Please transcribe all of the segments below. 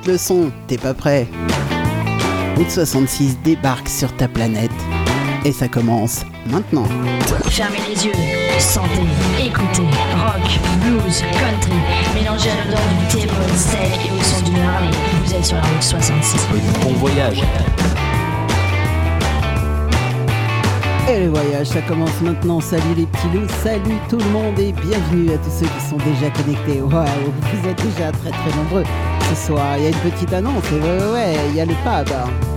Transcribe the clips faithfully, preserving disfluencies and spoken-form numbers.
le son, t'es pas prêt? Route soixante-six débarque sur ta planète et ça commence maintenant. Fermez les yeux, sentez, écoutez, rock, blues, country, mélangez à l'odeur du thé, bonne steak et au son d'une Harley. Vous êtes sur la route soixante-six. Bon voyage. Et le voyage, ça commence maintenant. Salut les petits loups, salut tout le monde et bienvenue à tous ceux qui sont déjà connectés. Waouh, vous êtes déjà très très nombreux ce soir. Il y a une petite annonce, et ouais, ouais, ouais, il y a le pub.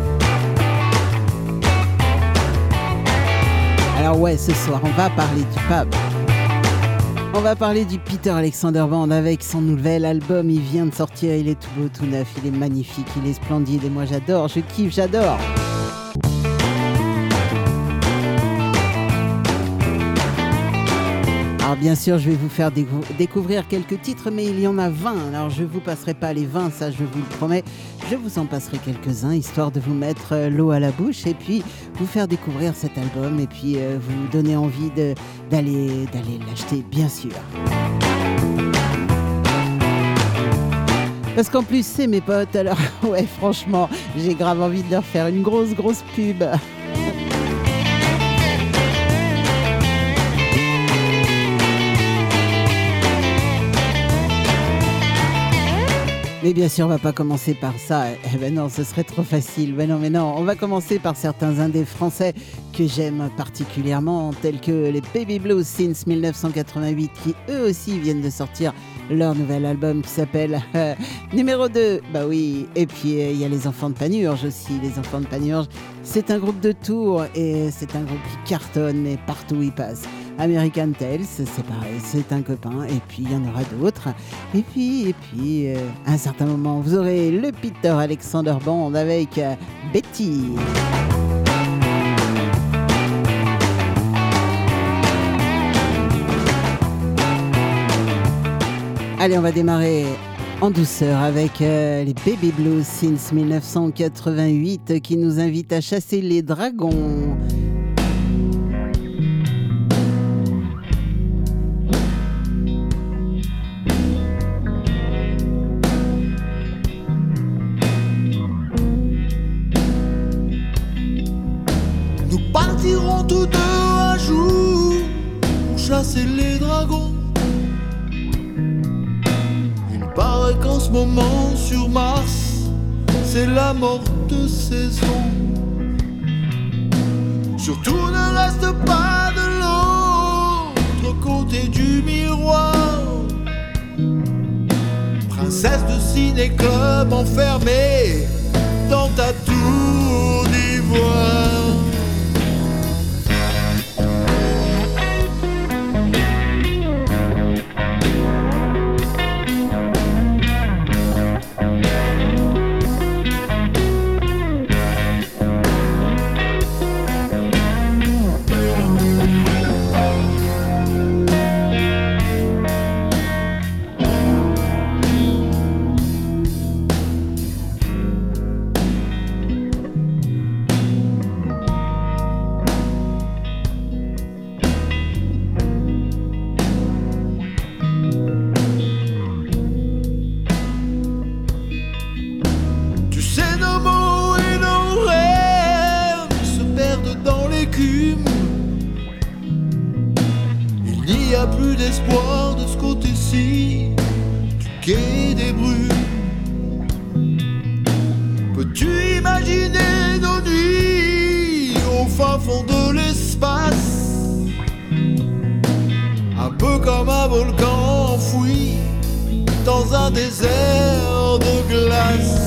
Alors ouais, ce soir, on va parler du pub. On va parler du Peter Alexander Band avec son nouvel album. Il vient de sortir, il est tout beau, tout neuf, il est magnifique, il est splendide et moi j'adore, je kiffe, j'adore. Alors bien sûr, je vais vous faire décou- découvrir quelques titres, mais il y en a vingt. Alors je ne vous passerai pas les vingt, ça je vous le promets. Je vous en passerai quelques-uns, histoire de vous mettre euh, l'eau à la bouche et puis vous faire découvrir cet album et puis euh, vous donner envie de, d'aller, d'aller l'acheter, bien sûr. Parce qu'en plus, c'est mes potes, alors ouais, franchement, j'ai grave envie de leur faire une grosse, grosse pub. Mais bien sûr, on va pas commencer par ça. Eh ben non, ce serait trop facile. Ben non, mais non, on va commencer par certains indés français que j'aime particulièrement, tels que les Baby Blues Since dix-neuf cent quatre-vingt-huit, qui eux aussi viennent de sortir leur nouvel album qui s'appelle euh, numéro deux. Bah oui, et puis il euh, y a les Enfants de Panurge aussi. Les Enfants de Panurge, c'est un groupe de Tours et c'est un groupe qui cartonne mais partout où il passe. American Tales, c'est pareil, c'est un copain, et puis il y en aura d'autres. Et puis, et puis, euh, à un certain moment, vous aurez le Peter Alexander Band avec euh, Betty. Allez, on va démarrer en douceur avec euh, les Baby Blues Since dix-neuf cent quatre-vingt-huit qui nous invitent à chasser les dragons. Partirons tous deux un jour pour chasser les dragons. Il paraît qu'en ce moment sur Mars, c'est la morte saison. Surtout ne reste pas de l'autre côté du miroir. Princesse de ciné-club enfermée dans ta tour d'ivoire. Espoir de ce côté-ci du quai des brumes. Peux-tu imaginer nos nuits au fin fond de l'espace, un peu comme un volcan enfoui dans un désert de glace.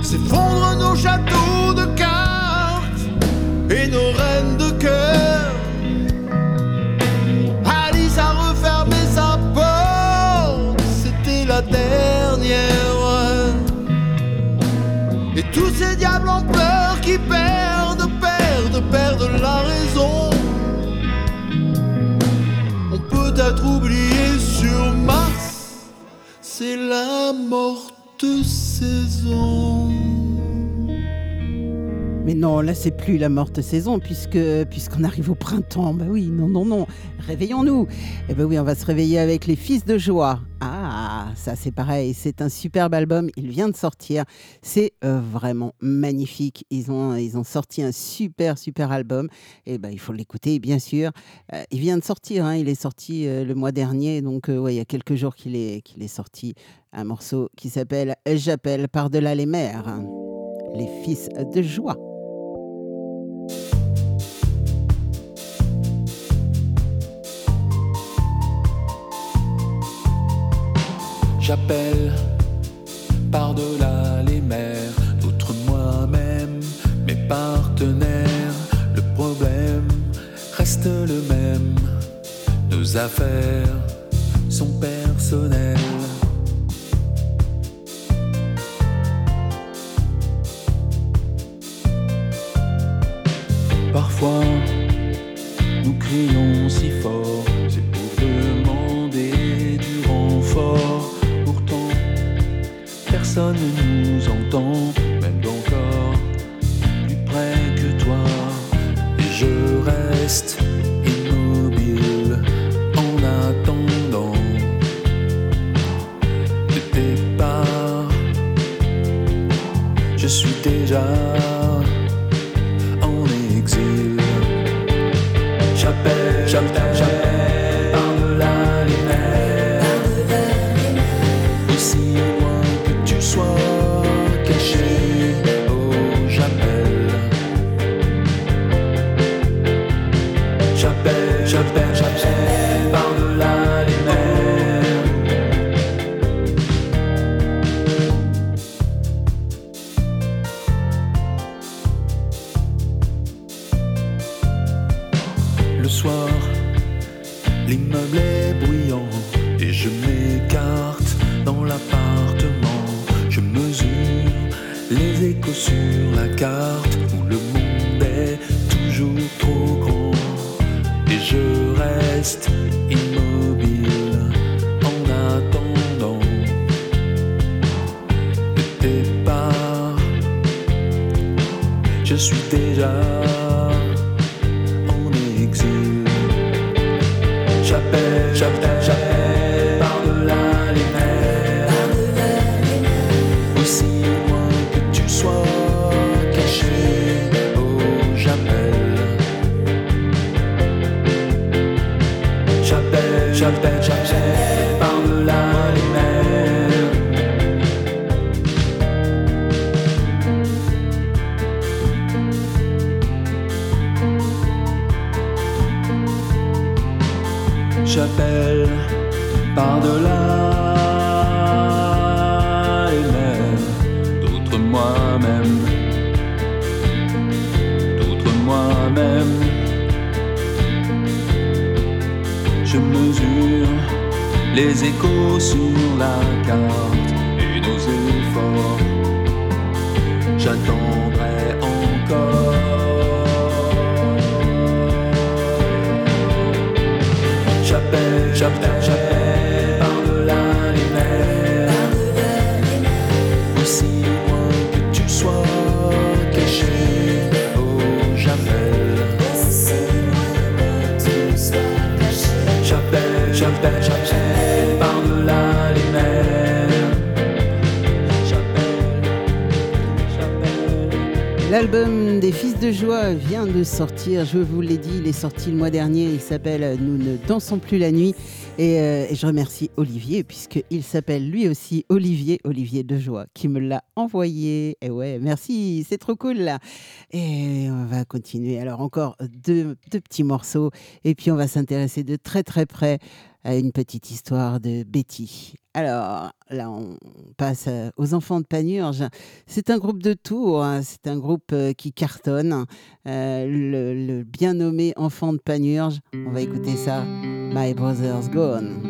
s'effondrent nos châteaux de cartes et nos reines de cœur. Alice a refermé sa porte, c'était la dernière. Et tous ces diables en pleurs qui perdent, perdent, perdent la raison. On peut être oublié sur Mars, c'est la morte saison. Mais non, là c'est plus la morte saison puisque puisqu'on arrive au printemps. Bah oui, non, non, non, réveillons-nous. Eh ben oui, on va se réveiller avec les Fils de Joie. Ah, ça c'est pareil, c'est un superbe album, il vient de sortir. C'est euh, vraiment magnifique. Ils ont, ils ont sorti un super, super album. Et ben il faut l'écouter, bien sûr. Euh, il vient de sortir, hein, il est sorti euh, le mois dernier, donc euh, ouais, il y a quelques jours qu'il est, qu'il est sorti. Un morceau qui s'appelle J'appelle par-delà les mers. Les Fils de Joie. J'appelle par-delà les mers, d'autres moi-même, mes partenaires. Le problème reste le même, nos affaires sont personnelles. Parfois, nous crions si fort, c'est pour demander du renfort. Pourtant, personne ne nous entend, même encore plus près que toi. Et je reste immobile en attendant le départ. Je suis déjà J'appelle, j'appelle, j'appelle par-delà les mers, aussi loin que tu sois caché. Oh, j'appelle, j'appelle, j'appelle, j'appelle par-delà les mers. Le soir, l'immeuble est bruyant et je m'écarte dans l'appartement. Je mesure les échos sur la carte où le monde est toujours trop grand. Et je reste immobile en attendant le départ. Je suis déjà J'appelle, j'appelle, j'appelle par-delà les mers, aussi loin que tu sois caché. Oh, j'appelle, j'appelle, j'appelle, j'appelle par-delà les mers. J'appelle par-delà les mers, d'autres moi-même, d'autres moi-même. Je mesure les échos sur la carte et nos efforts. J'attendrai encore. J'appelle, j'appelle, j'appelle par-delà les mers, aussi loin que tu sois caché. Oh, j'appelle, j'appelle, j'appelle, j'appelle par-delà les mers. J'appelle, j'appelle. L'album des Fils de Joie vient de sortir, je vous l'ai dit, il est sorti le mois dernier, il s'appelle Nous ne dansons plus la nuit. Et, euh, et je remercie Olivier, puisqu'il s'appelle lui aussi Olivier, Olivier de Joie, qui me l'a envoyé. Et ouais, merci, c'est trop cool là. Et on va continuer. Alors encore deux, deux petits morceaux, et puis on va s'intéresser de très très près à une petite histoire de Betty. Alors là, on passe euh, aux enfants de Panurge. C'est un groupe de Tours, hein, c'est un groupe euh, qui cartonne. Euh, le, le bien nommé Enfants de Panurge. On va écouter ça. My Brother's Gone.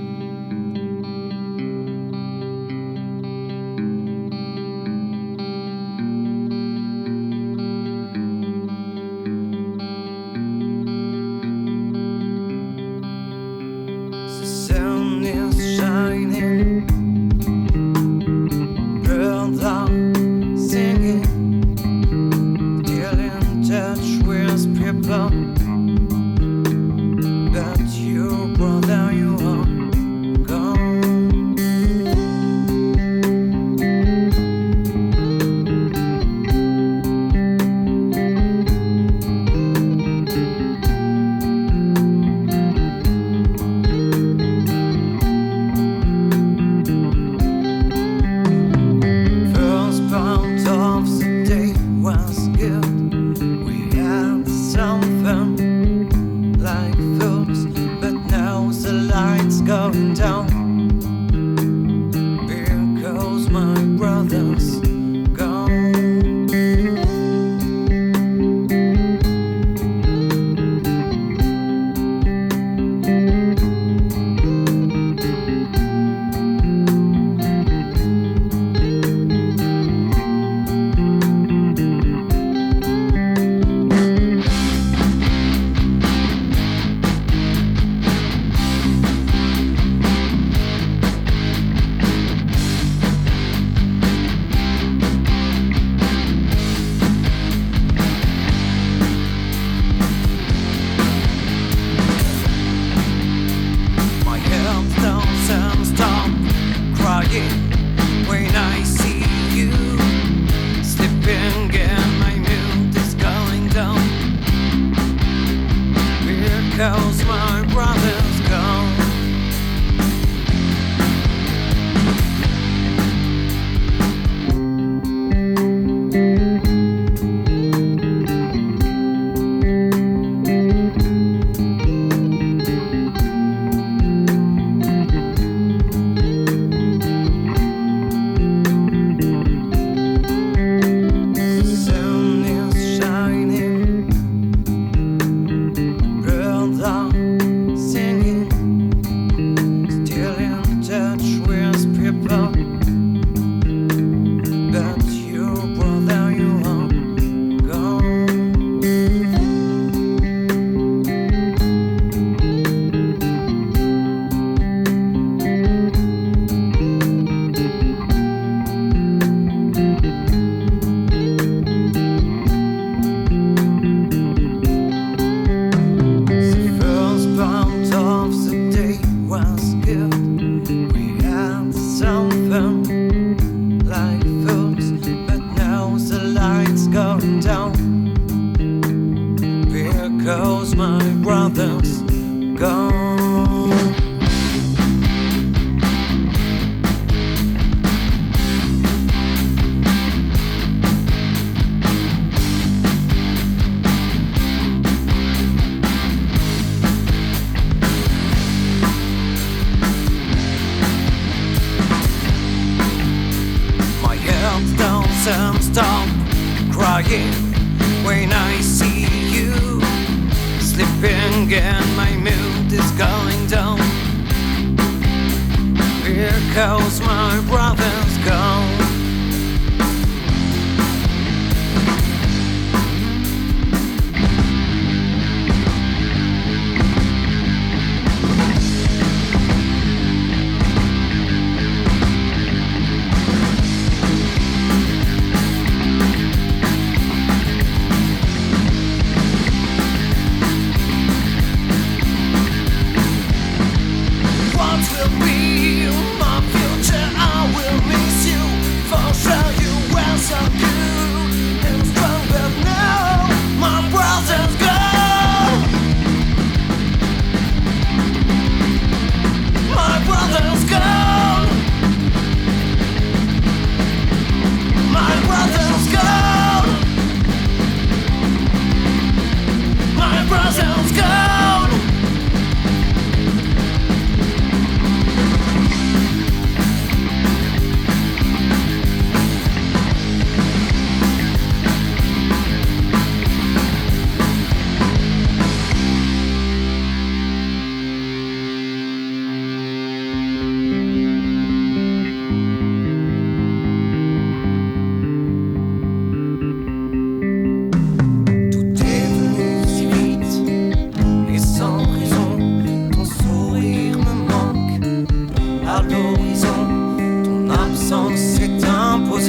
What will be my future? I will miss you.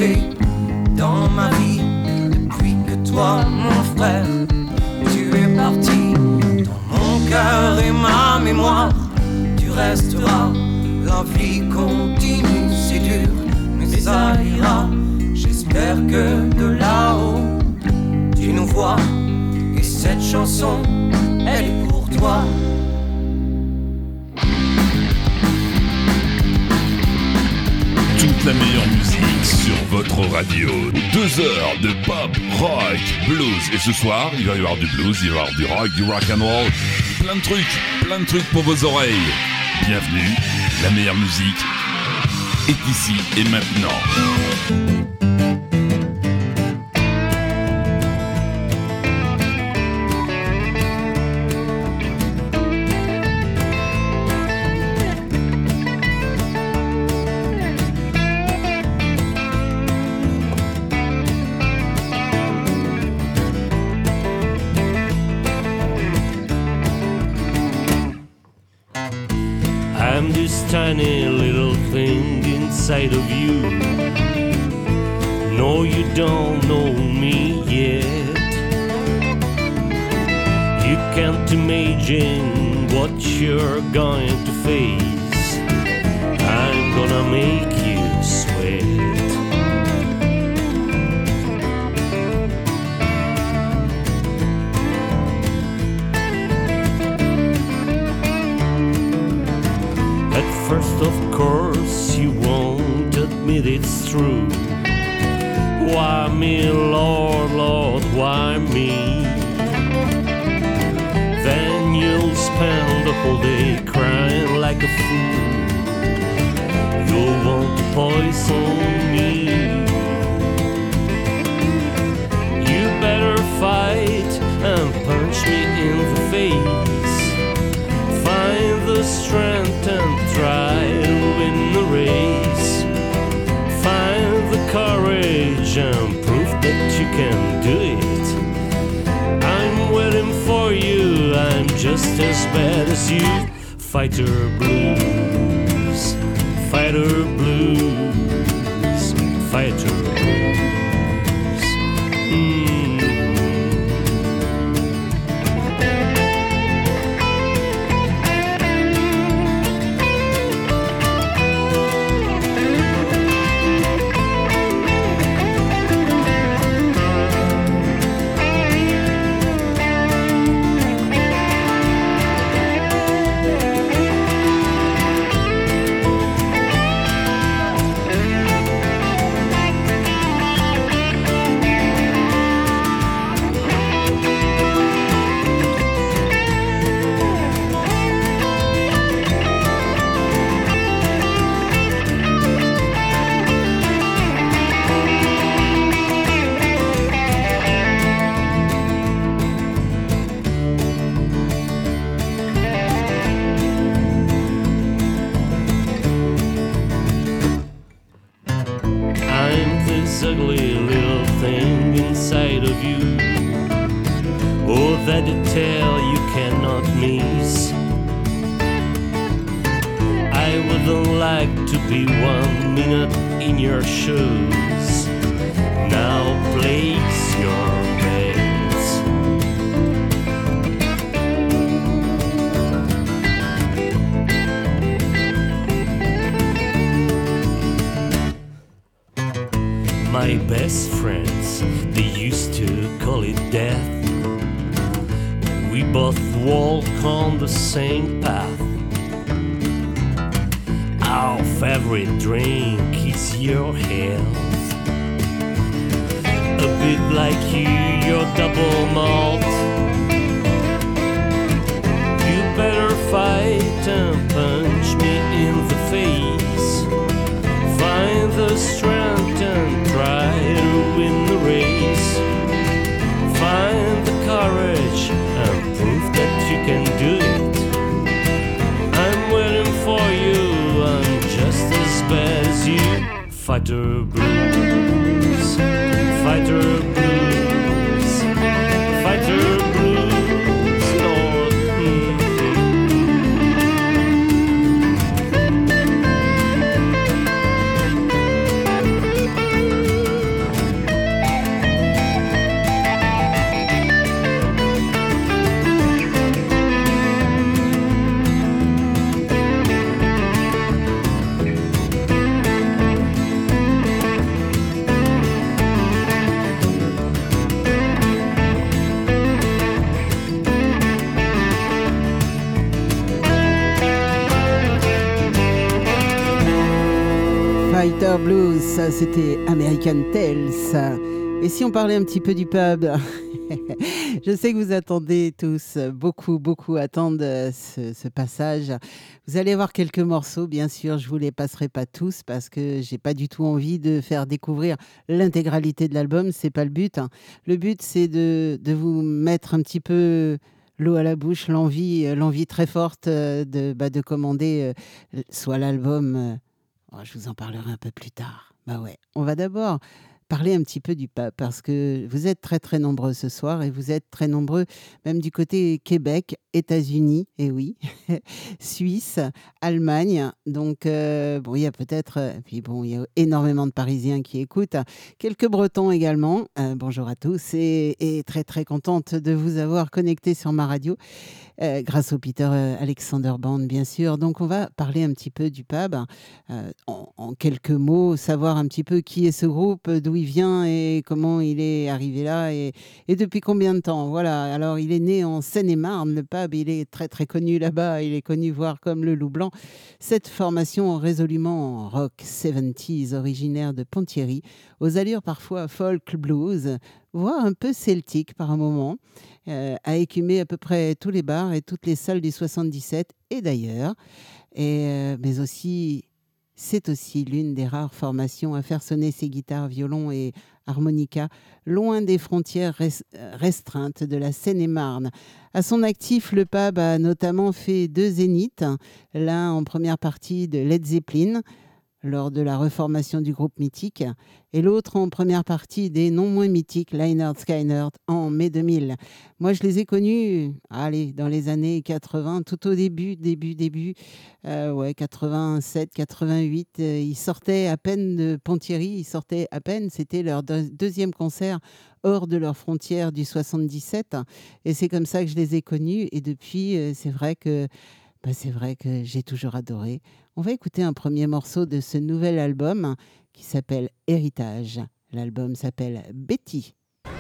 changé dans ma vie depuis que toi, mon frère, tu es parti. Dans mon cœur et ma mémoire, tu resteras. La vie continue, c'est dur, mais ça ira. J'espère que de là-haut, tu nous vois. Et cette chanson, elle est pour toi. Toute la meilleure musique sur votre radio. Deux heures de pop, rock, blues. Et ce soir, il va y avoir du blues, il va y avoir du rock, du rock and roll. Plein de trucs, plein de trucs pour vos oreilles. Bienvenue, la meilleure musique est ici et maintenant. I'm this tiny little thing inside of you. No, you don't know me yet. You can't imagine what you're going to face. I'm gonna make you sweat. First, of course, you won't admit it's true. Why me, Lord, Lord, why me? Then you'll spend the whole day crying like a fool. You'll want to poison me. You better fight and punch me in the face. Find the strength and try to win the race. Find the courage and prove that you can do it. I'm waiting for you, I'm just as bad as you. Fighter blues, fighter blues, fighter blues. Mm. That detail you cannot miss. I wouldn't like to be one minute in your shoes. Now place your bets. My best friends, they used to call it death. We both walk on the same path. Our favorite drink is your health. A bit like you, your double malt. You better fight and punch me in the face. Find the strength and try to win the race. Find the courage and prove that you can do it. I'm waiting for you, I'm just as bad as you. Fighter blues, fighter blues, fighter blues, Lord. Mm-hmm. Summer Blues, ça c'était American Tales. Et si on parlait un petit peu du pub? Je sais que vous attendez tous, beaucoup, beaucoup attendent ce, ce passage. Vous allez voir quelques morceaux, bien sûr, je vous les passerai pas tous parce que j'ai pas du tout envie de faire découvrir l'intégralité de l'album, c'est pas le but. Hein. Le but, c'est de, de vous mettre un petit peu l'eau à la bouche, l'envie, l'envie très forte de, bah, de commander euh, soit l'album. Oh, je vous en parlerai un peu plus tard. Bah ouais, on va d'abord parler un petit peu du pub parce que vous êtes très très nombreux ce soir et vous êtes très nombreux même du côté Québec, États-Unis, et oui, Suisse, Allemagne. Donc euh, bon, il y a peut-être, euh, puis bon, il y a énormément de Parisiens qui écoutent, quelques Bretons également. Euh, bonjour à tous et, et très très contente de vous avoir connecté sur ma radio. Euh, grâce au Peter euh, Alexander Band, bien sûr. Donc, on va parler un petit peu du pub, euh, en, en quelques mots, savoir un petit peu qui est ce groupe, d'où il vient et comment il est arrivé là et, et depuis combien de temps. Voilà, alors il est né en Seine-et-Marne, le pub, il est très très connu là-bas, il est connu voire comme le Loup Blanc. Cette formation résolument rock soixante-dix, originaire de Ponthierry, aux allures parfois folk blues, voire un peu celtique par un moment, euh, a écumé à peu près tous les bars et toutes les salles du soixante-dix-sept et d'ailleurs. Et, euh, mais aussi, c'est aussi l'une des rares formations à faire sonner ses guitares, violons et harmonica loin des frontières res- restreintes de la Seine-et-Marne. À son actif, le pub a notamment fait deux zéniths, l'un en première partie de Led Zeppelin, lors de la reformation du groupe mythique, et l'autre en première partie des non moins mythiques Lynyrd Skynyrd en mai deux mille. Moi, je les ai connus, allez, dans les années quatre-vingts, tout au début, début, début, euh, ouais, quatre-vingt-sept, quatre-vingt-huit. Euh, ils sortaient à peine de Ponthierry, ils sortaient à peine, c'était leur deux, deuxième concert hors de leurs frontières du soixante-dix-sept, et c'est comme ça que je les ai connus, et depuis, euh, c'est vrai que bah, c'est vrai que j'ai toujours adoré. On va écouter un premier morceau de ce nouvel album qui s'appelle Héritage. L'album s'appelle Betty.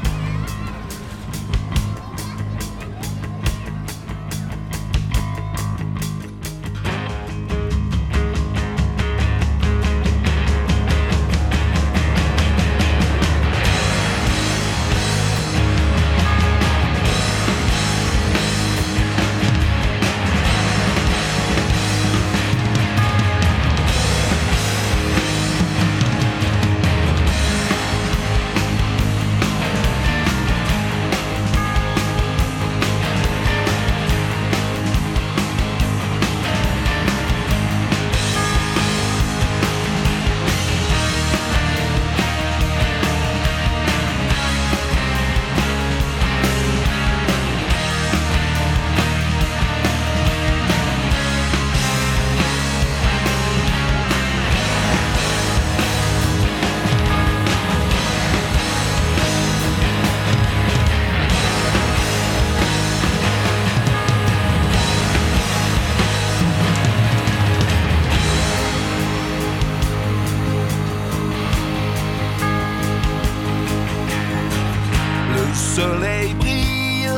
soleil brille.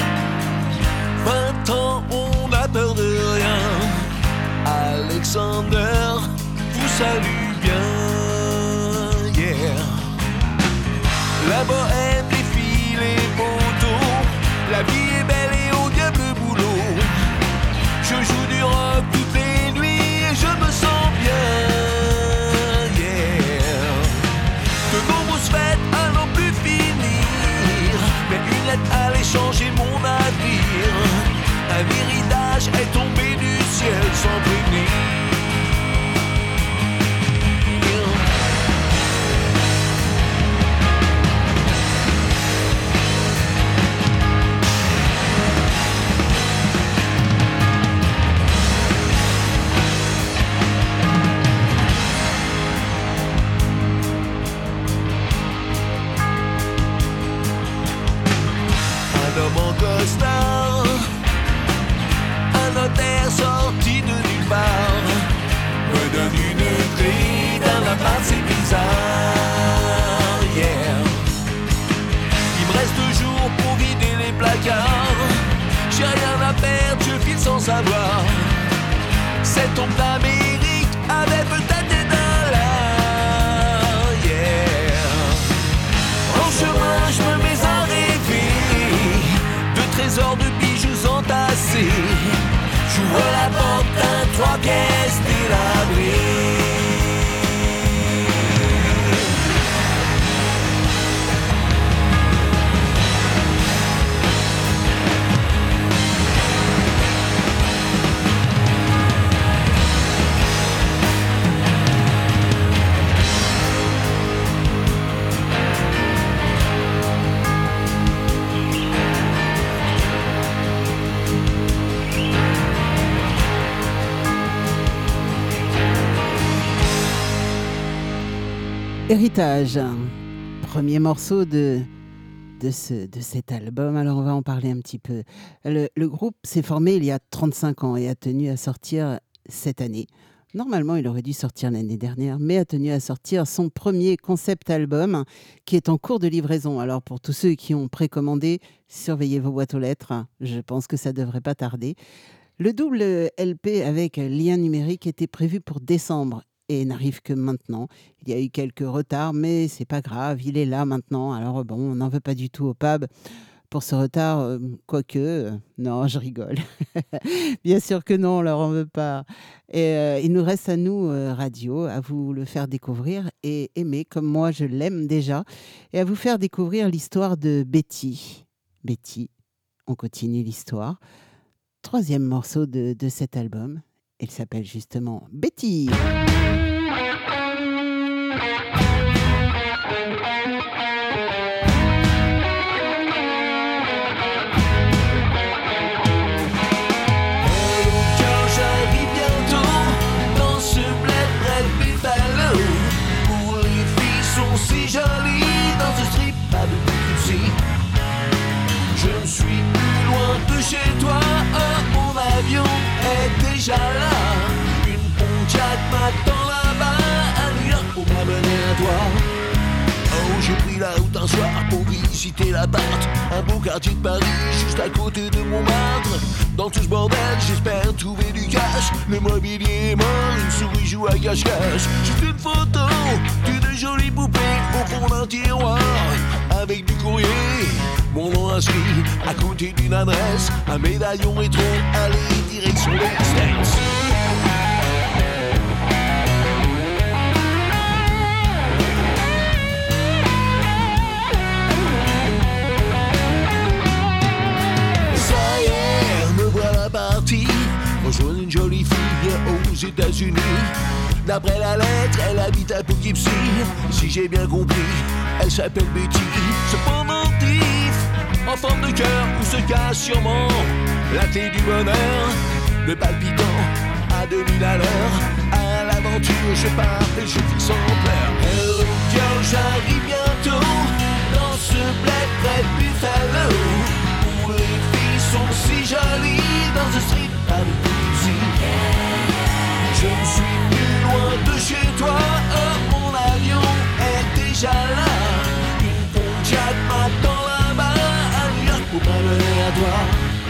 Vingt ans, on n'a peur de rien. Alexander vous salue bien, yeah. La bohème, les filles, les poteaux, la vie est belle et au diable le boulot. Je joue du rock toutes les nuits et je me sens bien, yeah. De nombreuses fêtes à n'en plus finir, mais une lettre allait changer mon avenir. Un héritage est tombé du ciel sans prévenir. Un homme en costard, un notaire sorti de nulle part, me donne une clé d'un appart, c'est bizarre, yeah. Il me reste deux jours pour vider les placards, j'ai rien à perdre, je file sans savoir. Cet homme d'Amérique avait peut-être des dollars. Héritage, premier morceau de, de, ce, de cet album. Alors on va en parler un petit peu. Le, le groupe s'est formé il y a trente-cinq ans et a tenu à sortir cette année. Normalement, il aurait dû sortir l'année dernière, mais a tenu à sortir son premier concept album qui est en cours de livraison. Alors pour tous ceux qui ont précommandé, surveillez vos boîtes aux lettres. Je pense que ça ne devrait pas tarder. Le double L P avec lien numérique était prévu pour décembre et n'arrive que maintenant. Il y a eu quelques retards, mais c'est pas grave, il est là maintenant. Alors bon, on n'en veut pas du tout au pub pour ce retard, euh, quoique, euh, non, je rigole. Bien sûr que non, on leur en veut pas. Et euh, il nous reste à nous, euh, radio, à vous le faire découvrir et aimer comme moi je l'aime déjà, et à vous faire découvrir l'histoire de Betty. Betty, on continue l'histoire. Troisième morceau de, de cet album. Elle s'appelle justement Betty. Si jolie dans ce strip, pas de soucis. Je ne suis plus loin de chez toi, oh, mon avion est déjà là. Une Pontiac m'attend là-bas, à New York pour m'amener à toi. Oh, j'ai pris la route un soir pour visiter l'appart, un beau quartier de Paris, juste à côté de Montmartre. Dans tout ce bordel, j'espère trouver du cash. Le mobilier est mort, une souris joue à cache-cache. Juste une photo d'une jolie poupée au fond d'un tiroir, avec du courrier, mon nom inscrit à côté d'une adresse, un médaillon rétro, allez, direction les States. Partie, rejoindre une jolie fille aux États-Unis. D'après la lettre, elle habite à Poughkeepsie. Si j'ai bien compris, elle s'appelle Betty. Ce pendentif en forme de cœur où se cache sûrement la clé du bonheur. Le palpitant à deux mille à l'heure. À l'aventure, je pars et je fixe en pleurs. Hello girl, j'arrive bientôt dans ce bled près de Buffalo, où les filles sont si jolies. Dans ce street, pas de soucis. Je ne suis plus loin de chez toi, oh, mon avion est déjà là. Une Pontiac m'attend là-bas, à New York pour m'amener à toi.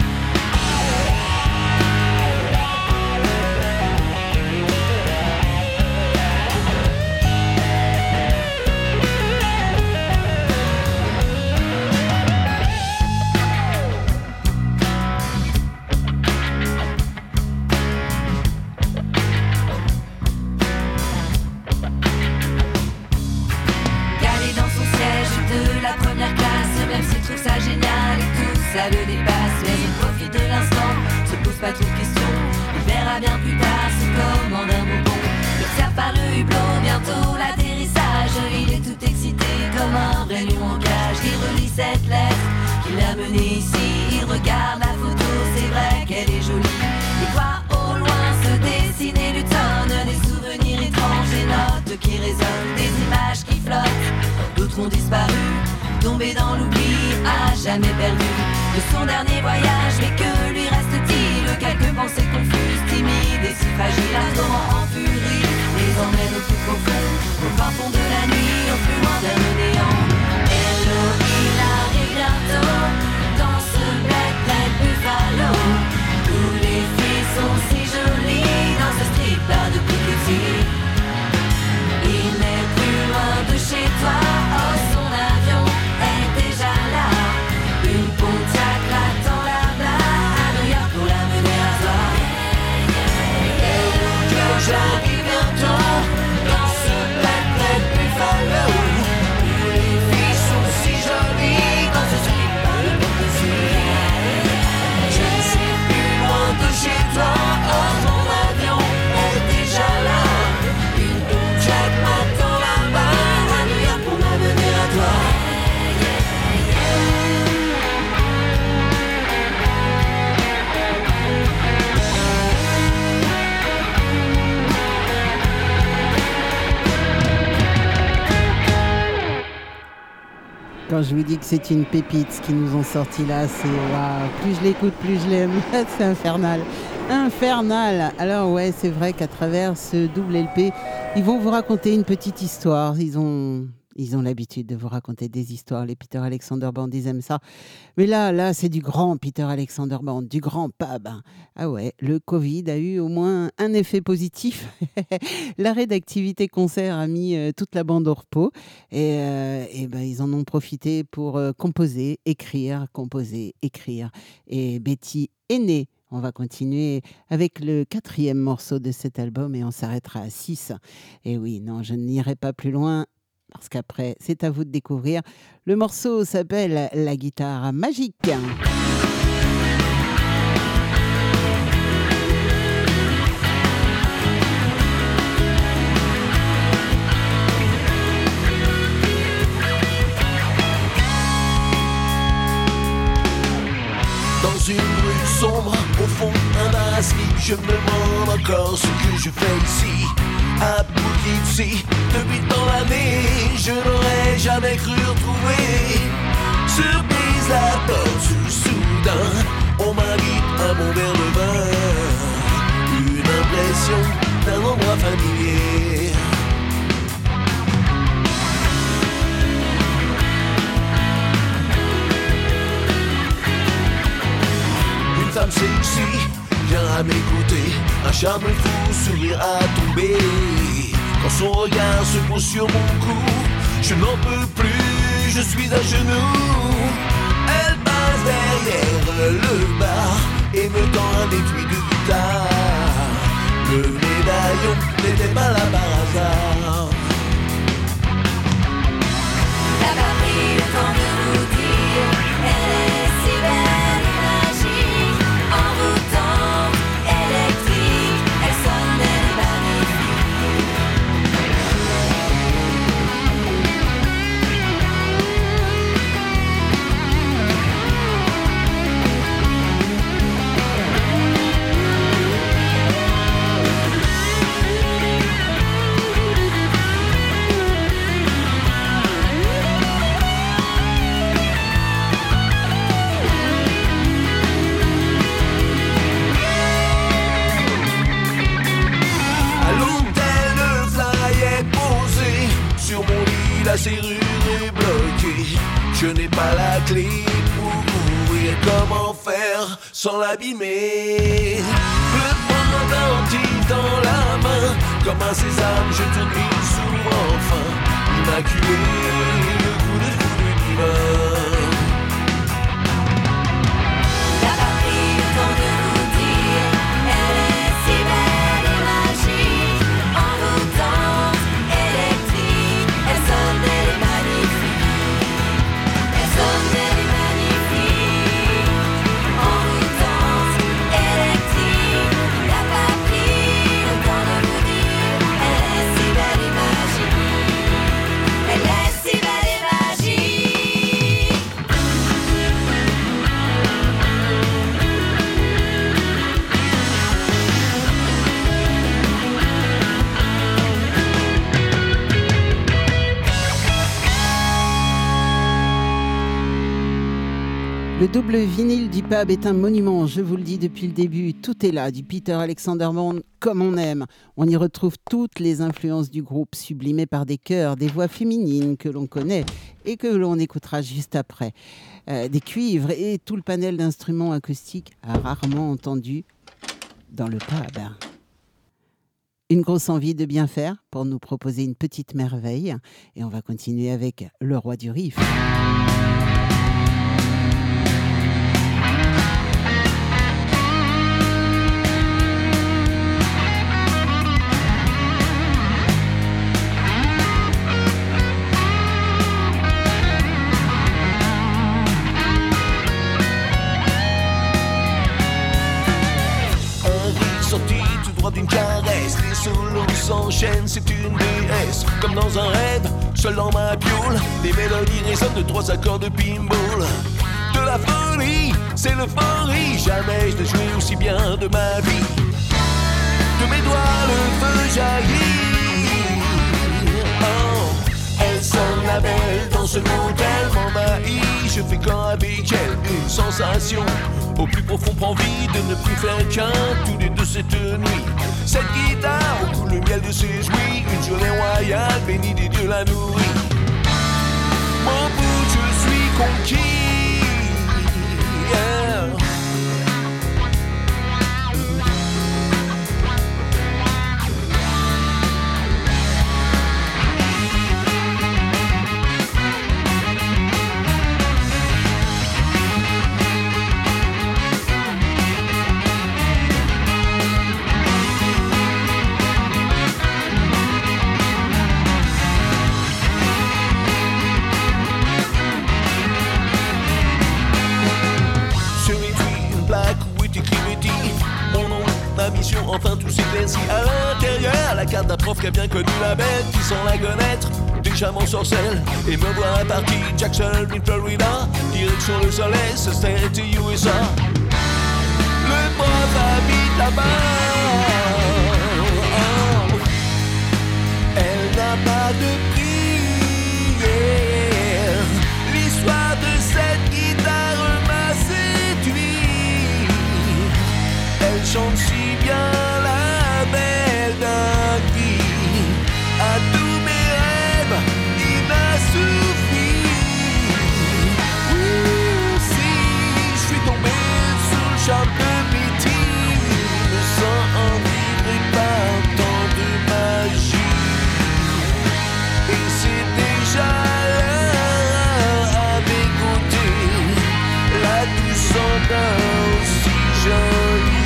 Ça le dépasse, mais il profite de l'instant, se pose pas trop de questions. Il verra bien plus tard, se commande un bonbon. Il observe par le hublot, bientôt l'atterrissage. Il est tout excité comme un vrai lion en cage. Il relit cette lettre qui l'a mené ici. Il regarde la photo, c'est vrai qu'elle est jolie. Il voit au loin se dessiner l'automne, des souvenirs étranges, des notes qui résonnent, des images qui flottent. D'autres ont disparu, tombés dans l'oubli, à jamais perdu de son dernier voyage. Mais que lui reste-t-il? Quelques pensées confuses, timides et si fragiles. Un torrent en furie les emmène au plus profond, au fin fond de la nuit, au plus loin d'un néant. Hello, il arrive bientôt dans ce bled près de Buffalo, où les filles sont si jolies. Dans ce strip bar de Poughkeepsie, il n'est plus loin de chez toi, oh, son avion est déjà là. Une Pontiac l'attend là-bas, à New York pour l'amener à toi. Hello girl, j'arrive bientôt dans ce bled près de Buffalo, où Quand je vous dis que c'est une pépite, ce qu'ils nous ont sorti là, c'est waouh. Plus je l'écoute, plus je l'aime. C'est infernal. Infernal. Alors ouais, c'est vrai qu'à travers ce double L P, ils vont vous raconter une petite histoire. Ils ont... Ils ont l'habitude de vous raconter des histoires. Les Peter Alexander Band, ils aiment ça. Mais là, là, c'est du grand Peter Alexander Band, du grand pub. Ah ouais, le Covid a eu au moins un effet positif. L'arrêt d'activité concert a mis euh, toute la bande au repos. Et, euh, et ben, ils en ont profité pour euh, composer, écrire, composer, écrire. Et Betty est née. On va continuer avec le quatrième morceau de cet album et on s'arrêtera à six. Et oui, non, je n'irai pas plus loin. Parce qu'après, c'est à vous de découvrir. Le morceau s'appelle La guitare magique. Dans une rue sombre, au fond d'un masque, je me demande encore ce que je fais ici. À Poughkeepsie, depuis tant d'années, je n'aurais jamais cru retrouver. Surprise, la porte soudain, on m'invite un bon verre de vin. Une impression d'un endroit familier. Une femme sexy vient à m'écouter, un charme fou, sourire à tomber. Quand son regard se pose sur mon cou, je n'en peux plus, je suis à genoux. Elle passe derrière le bar et me tend un étui de guitare. Le médaillon n'était pas là par hasard. T'as pas pris le temps de nous dire, elle est si belle et magique, envoûtante, électrique, elle sonne, elle est magnifique. La serrure est bloquée, je n'ai pas la clé pour ouvrir. Comment faire sans l'abîmer? Le pendentif dans la main, comme un sésame, je tourne, il s'ouvre enfin. Immaculé, le coup de foudre divin. T'as pas pris le temps de nous dire, elle est si belle et magique, envoûtante, électrique, elle sonne, elle est magnifique. Elle sonne, elle est magnifique, envoûtante, électrique. T'as pas pris le temps de nous dire, elle est si belle et magique, elle est si belle et magique. Le double vinyle du pub est un monument, je vous le dis depuis le début. Tout est là, du Peter Alexander Band comme on aime. On y retrouve toutes les influences du groupe, sublimées par des chœurs, des voix féminines que l'on connaît et que l'on écoutera juste après. Euh, des cuivres et tout le panel d'instruments acoustiques rarement entendus dans le pub. Une grosse envie de bien faire pour nous proposer une petite merveille. Et on va continuer avec le roi du riff. D'une caresse, les solos s'enchaînent, c'est une déesse. Comme dans un rêve, seul dans ma piole, des mélodies résonnent de trois accords de pinball. De la folie, c'est l'euphorie, jamais je n'ai joué aussi bien de ma vie. De mes doigts le feu jaillit. Oh, elle sonne la belle dans ce mot tellement m'haït, je fais corps avec elle. Une sensation au plus profond prend vie de ne plus faire qu'un tous les deux cette nuit. Cette guitare au goût le miel de ses jouis, une journée royale bénie des dieux la nourrit. Mon bout, je suis conquis. Yeah. Enfin tout s'éclaircit à l'intérieur. La carte d'un prof qui a bien connu la bête, qui sent la connaître, déjà mon sorcelle. Et me voilà parti, Jacksonville, Florida, direction le soleil, ce state U S A. Le prof habite là-bas. Oh. Elle n'a pas de prière. L'histoire de cette guitare m'a séduit. Elle chante si bien la belle dinguerie. À tous mes rêves, il m'a suffi. Oui, si je suis tombé sous le charme de Betty, me sens enivré par tant de magie. Et c'est déjà là, à mes côtés, la douce ambiance si jolie.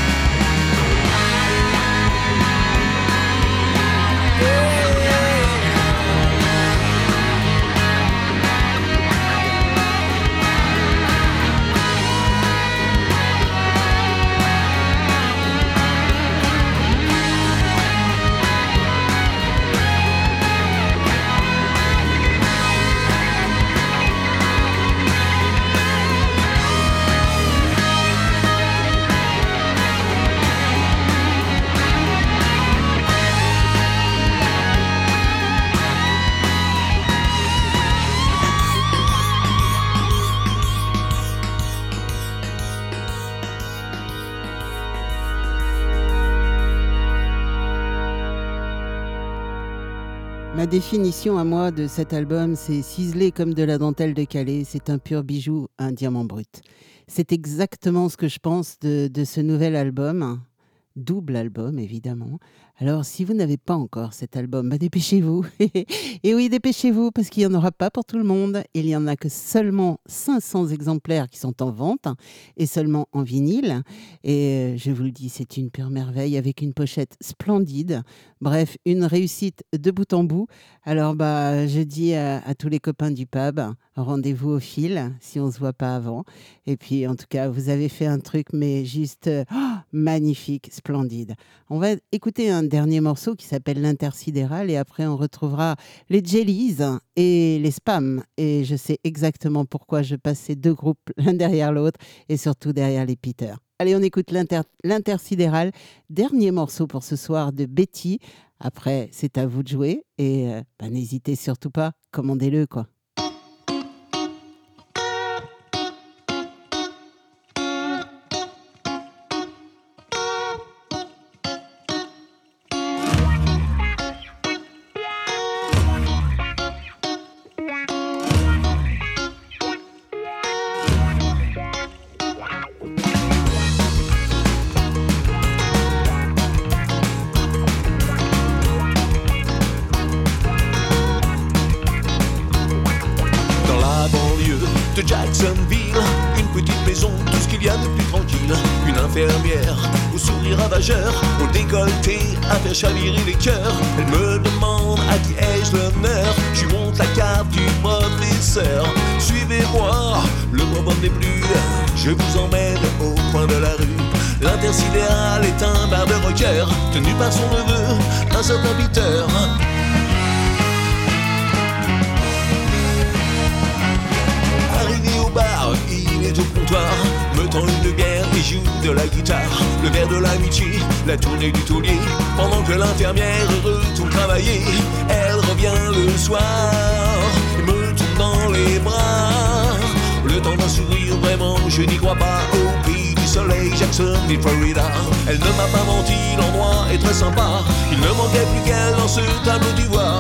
Ma définition à moi de cet album, c'est ciselé comme de la dentelle de Calais, c'est un pur bijou, un diamant brut. C'est exactement ce que je pense de, de ce nouvel album, double album évidemment. Alors si vous n'avez pas encore cet album, bah dépêchez-vous. Et oui, dépêchez-vous parce qu'il n'y en aura pas pour tout le monde. Il n'y en a que seulement cinq cents exemplaires qui sont en vente et seulement en vinyle. Et je vous le dis, c'est une pure merveille avec une pochette splendide. Bref, une réussite de bout en bout. Alors bah, je dis à, à tous les copains du pub, rendez-vous au fil si on ne se voit pas avant. Et puis en tout cas, vous avez fait un truc mais juste oh, magnifique, splendide. On va écouter un dernier morceau qui s'appelle l'Intersidéral et après on retrouvera les Jellies et les Spams et je sais exactement pourquoi je passe ces deux groupes l'un derrière l'autre et surtout derrière les Peter. Allez, on écoute l'Inter- l'Intersidéral, dernier morceau pour ce soir de Betty. Après, c'est à vous de jouer et euh, bah, n'hésitez surtout pas, commandez-le quoi. De Jacksonville, une petite maison, tout ce qu'il y a de plus tranquille. Une infirmière au sourire ravageur, au décolleté à faire chavirer les cœurs. Elle me demande à qui ai-je l'honneur. Je lui montre la carte du professeur. Suivez-moi, le moment n'est plus. Je vous emmène au coin de la rue. L'Intersidéral est un bar de rocker tenu par son neveu, un certain Peter. Il est au comptoir, me tend une bière et joue de la guitare. Le verre de l'amitié, la tournée du taulier. Pendant que l'infirmière retourne travailler, elle revient le soir et me tourne dans les bras. je n'y crois pas au pays du soleil, Jacksonville, Florida. Elle ne m'a pas menti, l'endroit est très sympa. Il ne manquait plus qu'elle dans ce tableau d'ivoire.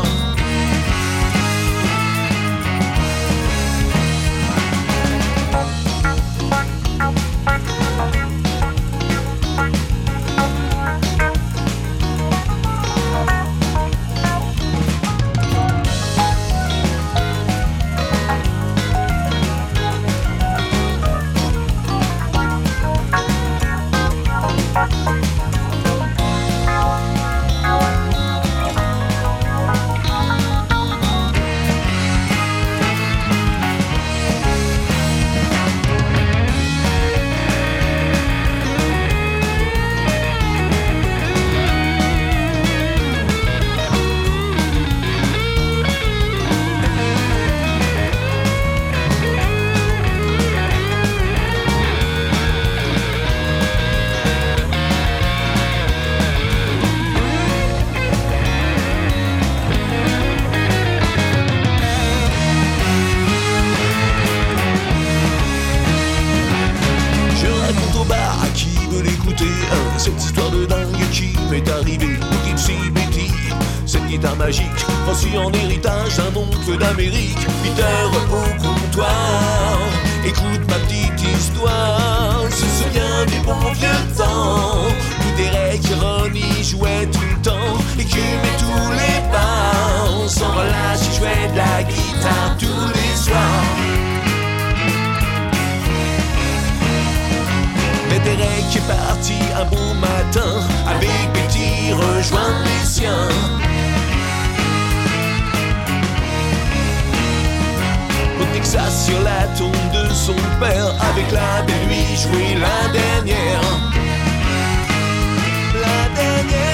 Cette histoire de dingue qui m'est arrivée au Gypsy Betty, cette guitare magique reçue en héritage d'un oncle d'Amérique. Peter au comptoir, écoute ma petite histoire. Se souvient des bons vieux temps où Derek et Ronnie jouaient tout le temps, écumaient tous les bars. Sans relâche, ils jouaient de la guitare tous les soirs. Derek est parti un beau matin avec Betty rejoindre les siens. Au Texas sur la tombe de son père, avec la belle lui jouer la dernière. La dernière.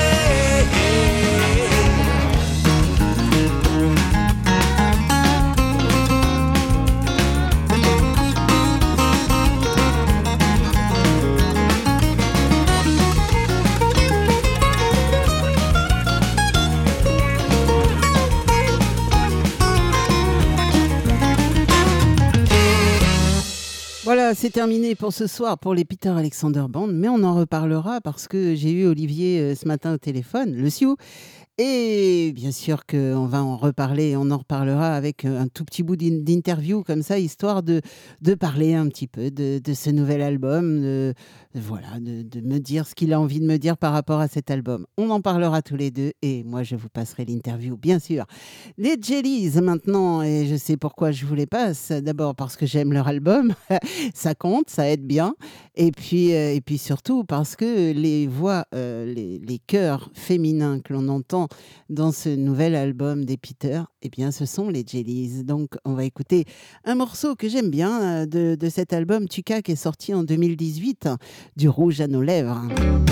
Voilà, c'est terminé pour ce soir pour les Peter Alexander Band, mais on en reparlera parce que j'ai eu Olivier euh, ce matin au téléphone, le Sioux, et bien sûr qu'on va en reparler, on en reparlera avec un tout petit bout d'in- d'interview comme ça, histoire de, de parler un petit peu de, de ce nouvel album, de, de- voilà, de, de me dire ce qu'il a envie de me dire par rapport à cet album. On en parlera tous les deux et moi je vous passerai l'interview, bien sûr. Les Jellies maintenant, et je sais pourquoi je vous les passe. D'abord parce que j'aime leur album, ça compte, ça aide bien. Et puis, euh, et puis surtout parce que les voix, euh, les, les chœurs féminins que l'on entend dans ce nouvel album des Peter, eh bien, ce sont les Jellies. Donc, on va écouter un morceau que j'aime bien euh, de, de cet album Tuka qui est sorti en deux mille dix-huit, Du rouge à nos lèvres.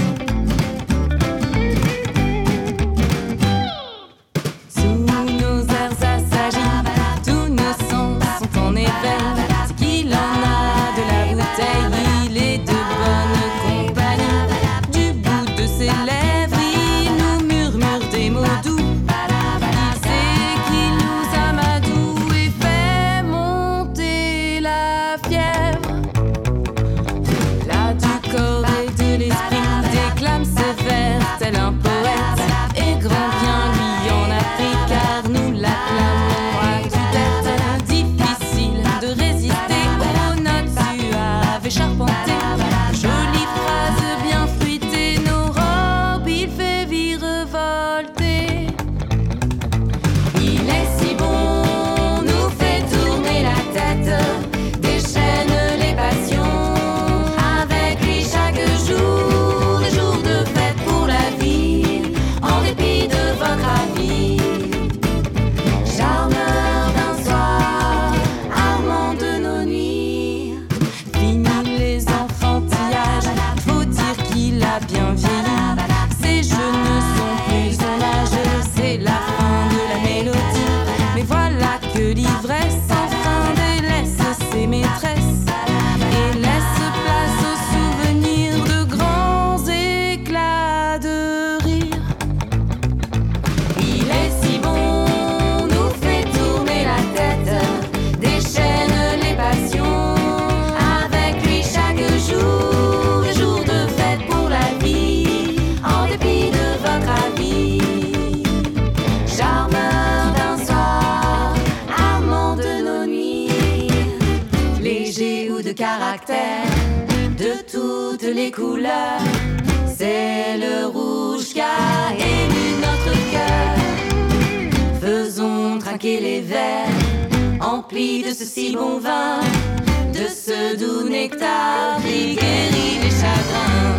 Sous nos airs assagis, tous nos sens sont en éveil. Ce qu'il en a de la bouteille, il est de bonne compagnie. Du bout de ses lèvres, il nous murmure des mots doux. Il sait qu'il nous amadoue et fait monter la fièvre. Là du corps et de l'esprit déclame ses vers tel un poète. Et grand bien lui en a pris car nous l'acclamons à tue-tête. Difficile de résister léger ou de caractère, de toutes les couleurs. C'est le rouge qui a ému notre cœur. Faisons trinquer les verres, emplis de ce si bon vin, de ce doux nectar qui guérit les chagrins.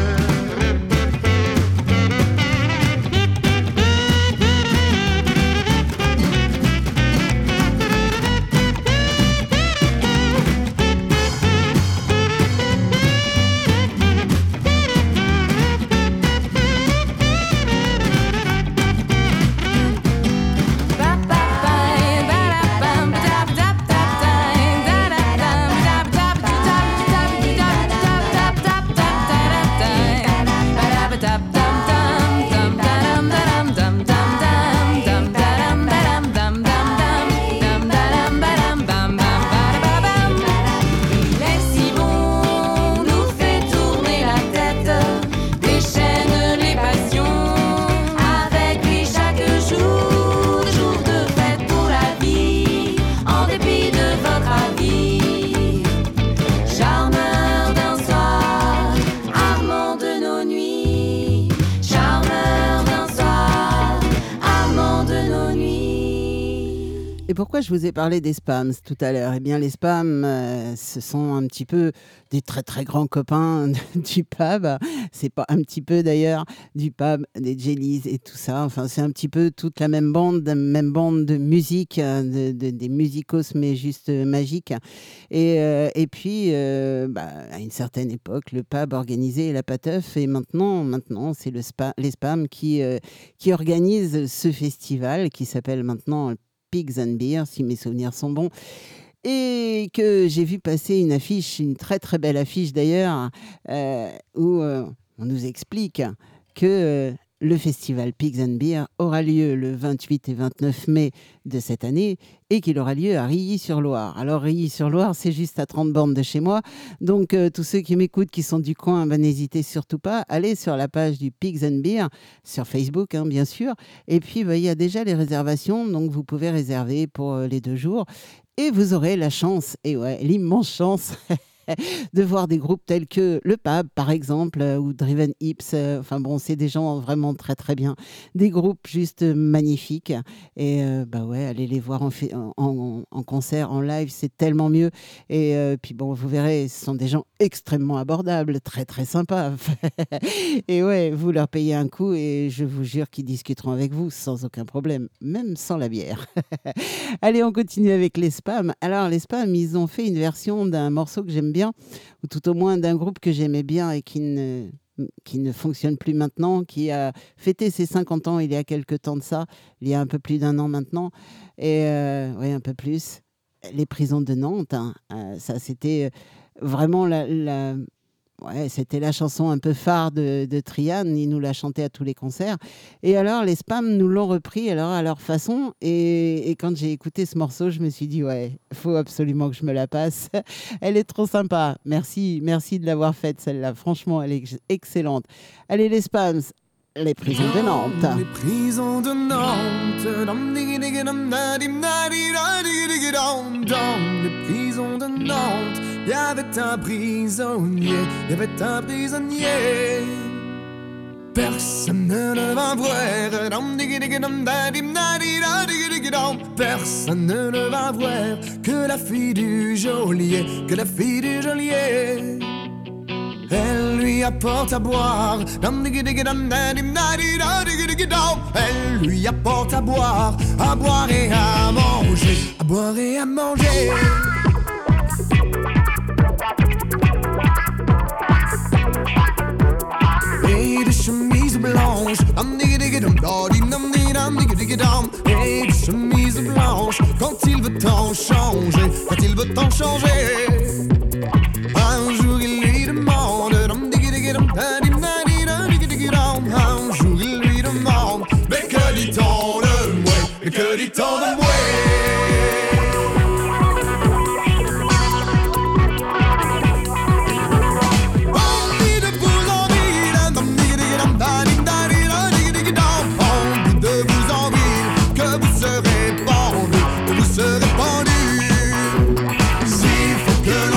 Pourquoi je vous ai parlé des spams tout à l'heure? Eh bien, les spams, euh, ce sont un petit peu des très très grands copains du pub. C'est pas un petit peu d'ailleurs du pub, des Jellies et tout ça. Enfin, c'est un petit peu toute la même bande, même bande de musique, de, de, des musicos, mais juste magiques. Et, euh, et puis, euh, bah, à une certaine époque, le pub organisait la Pateuf. Et maintenant, maintenant c'est le spa, les spams qui, euh, qui organisent ce festival qui s'appelle maintenant Pigs and Beer, si mes souvenirs sont bons, et que j'ai vu passer une affiche, une très très belle affiche d'ailleurs, euh, où euh, on nous explique que euh, le festival Pigs and Beer aura lieu le vingt-huit et vingt-neuf mai de cette année et qu'il aura lieu à Rilly-sur-Loire. Alors Rilly-sur-Loire, c'est juste à trente bornes de chez moi. Donc euh, tous ceux qui m'écoutent, qui sont du coin, ben, n'hésitez surtout pas. Allez sur la page du Pigs and Beer, sur Facebook hein, bien sûr. Et puis il ben, y a déjà les réservations, donc vous pouvez réserver pour euh, les deux jours. Et vous aurez la chance, et ouais, l'immense chance de voir des groupes tels que Le Pab, par exemple, euh, ou Driven Hips. Euh, enfin bon, c'est des gens vraiment très très bien. Des groupes juste magnifiques. Et euh, bah ouais, allez les voir en, en, en, en concert, en live, c'est tellement mieux. Et euh, puis bon, vous verrez, ce sont des gens extrêmement abordables, très très sympas. Et ouais, vous leur payez un coup et je vous jure qu'ils discuteront avec vous sans aucun problème, même sans la bière. Allez, on continue avec les spams. Alors, les spams, ils ont fait une version d'un morceau que j'aime bien, ou tout au moins d'un groupe que j'aimais bien et qui ne, qui ne fonctionne plus maintenant, qui a fêté ses cinquante ans il y a quelques temps de ça, il y a un peu plus d'un an maintenant, et euh, oui, un peu plus. Les Prisons de Nantes, hein, euh, ça c'était vraiment la... la Ouais, c'était la chanson un peu phare de, de Trian, ils nous la chantaient à tous les concerts. Et alors, les spams nous l'ont repris alors, à leur façon. Et, et quand j'ai écouté ce morceau, je me suis dit, ouais, il faut absolument que je me la passe. Elle est trop sympa. Merci, merci de l'avoir faite, celle-là. Franchement, elle est excellente. Allez, les spams, les prisons de Nantes. Les prisons de Nantes. Les prisons de Nantes. Il y avait un prisonnier, il y avait un prisonnier. Personne ne va voir. Personne ne va voir que la fille du geôlier, que la fille du geôlier. Elle lui apporte à boire. Elle lui apporte à boire, à boire et à manger, à boire et à manger. Et des chemises blanches, et des chemises blanches, quand il veut t'en changer, quand il veut t'en changer. Un jour il lui demande, un jour il lui demande, mais que dit-on de moi, mais que dit-on de moi? S'il faut que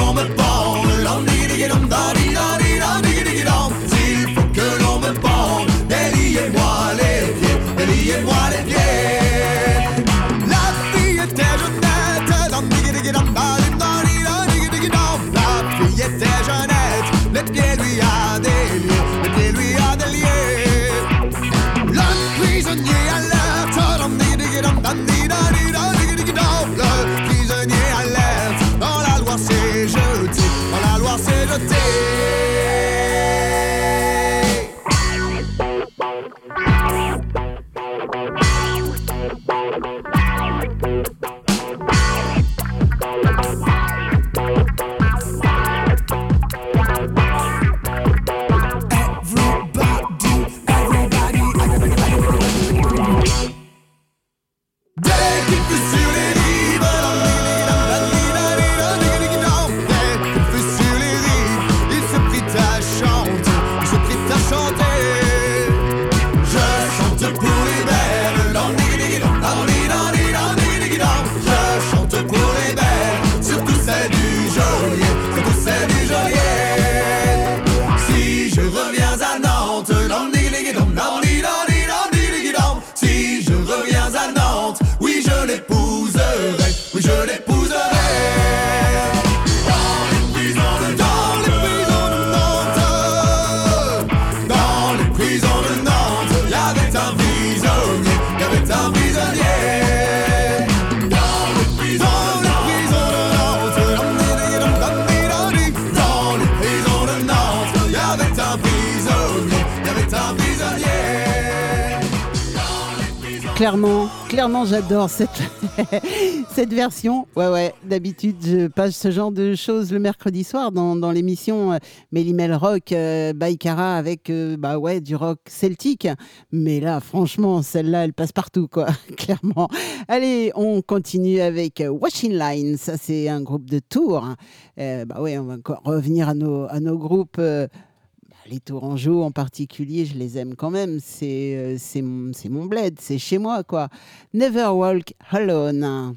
clairement, clairement j'adore cette, cette version. Ouais, ouais, d'habitude je passe ce genre de choses le mercredi soir dans, dans l'émission euh, Mélimel Rock euh, by Cara avec euh, bah ouais, du rock celtique. Mais là, franchement, celle-là, elle passe partout, quoi, clairement. Allez, on continue avec Washing Line. Ça, c'est un groupe de Tours. Euh, bah ouais, on va encore revenir à nos, à nos groupes. Euh, Les Tourangeaux en particulier, je les aime quand même. C'est, euh, c'est, mon, c'est mon bled, c'est chez moi, quoi. Never Walk Alone.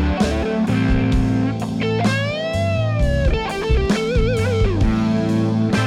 Thank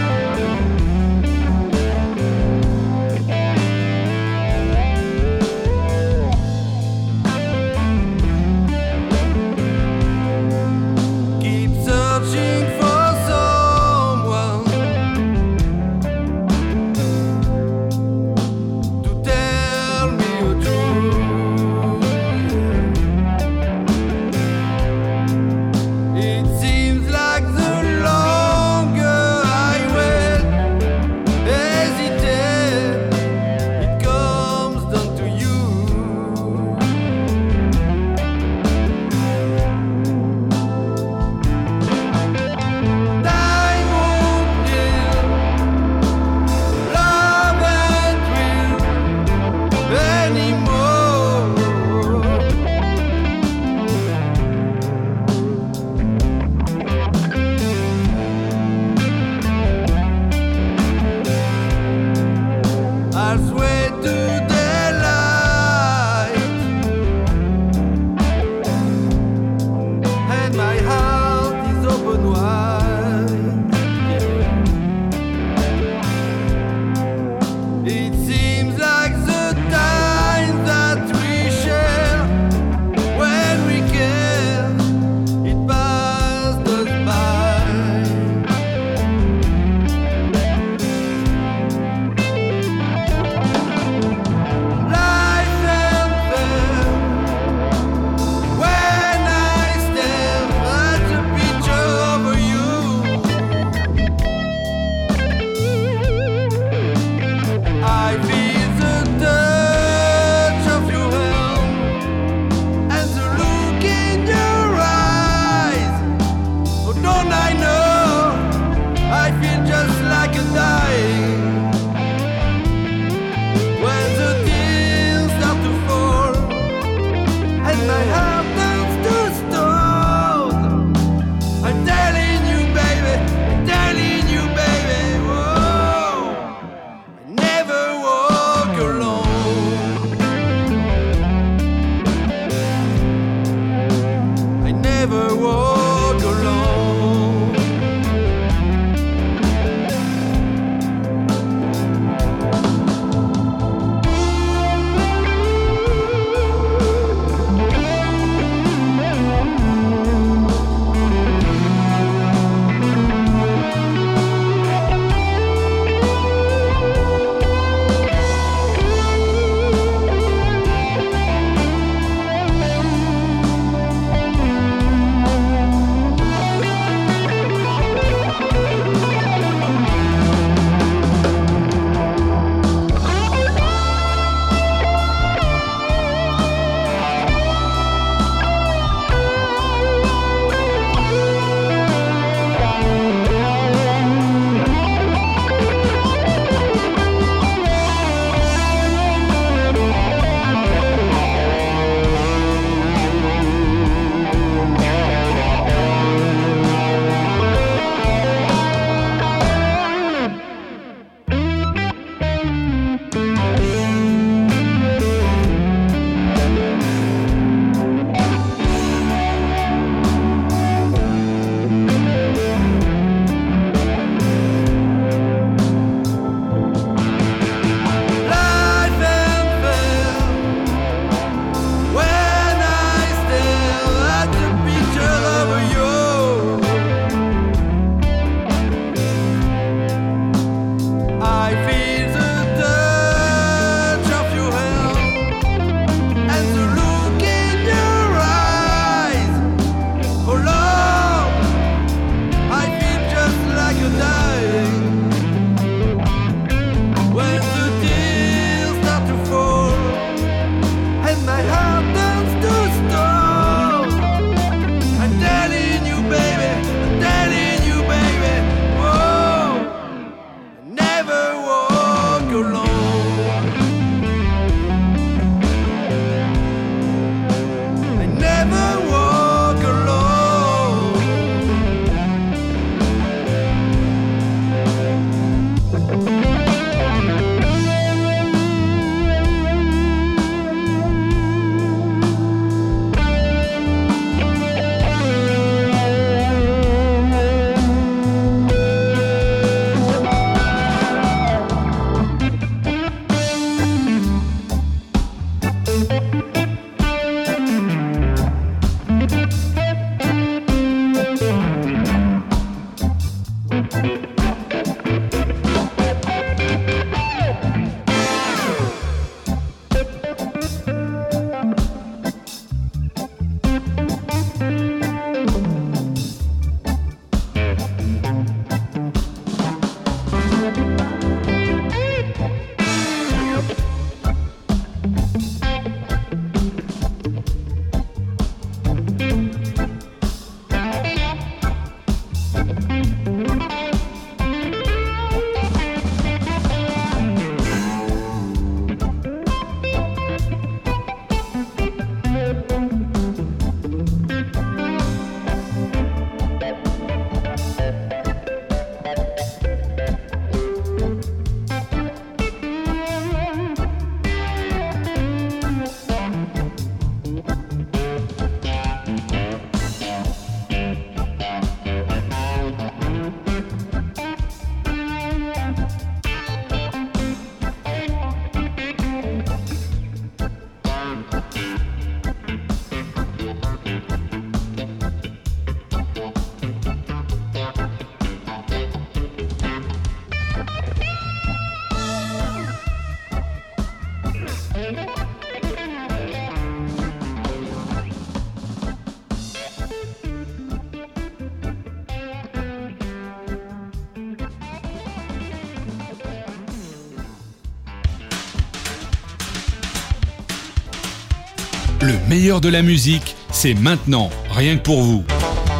Le meilleur de la musique, c'est maintenant, rien que pour vous.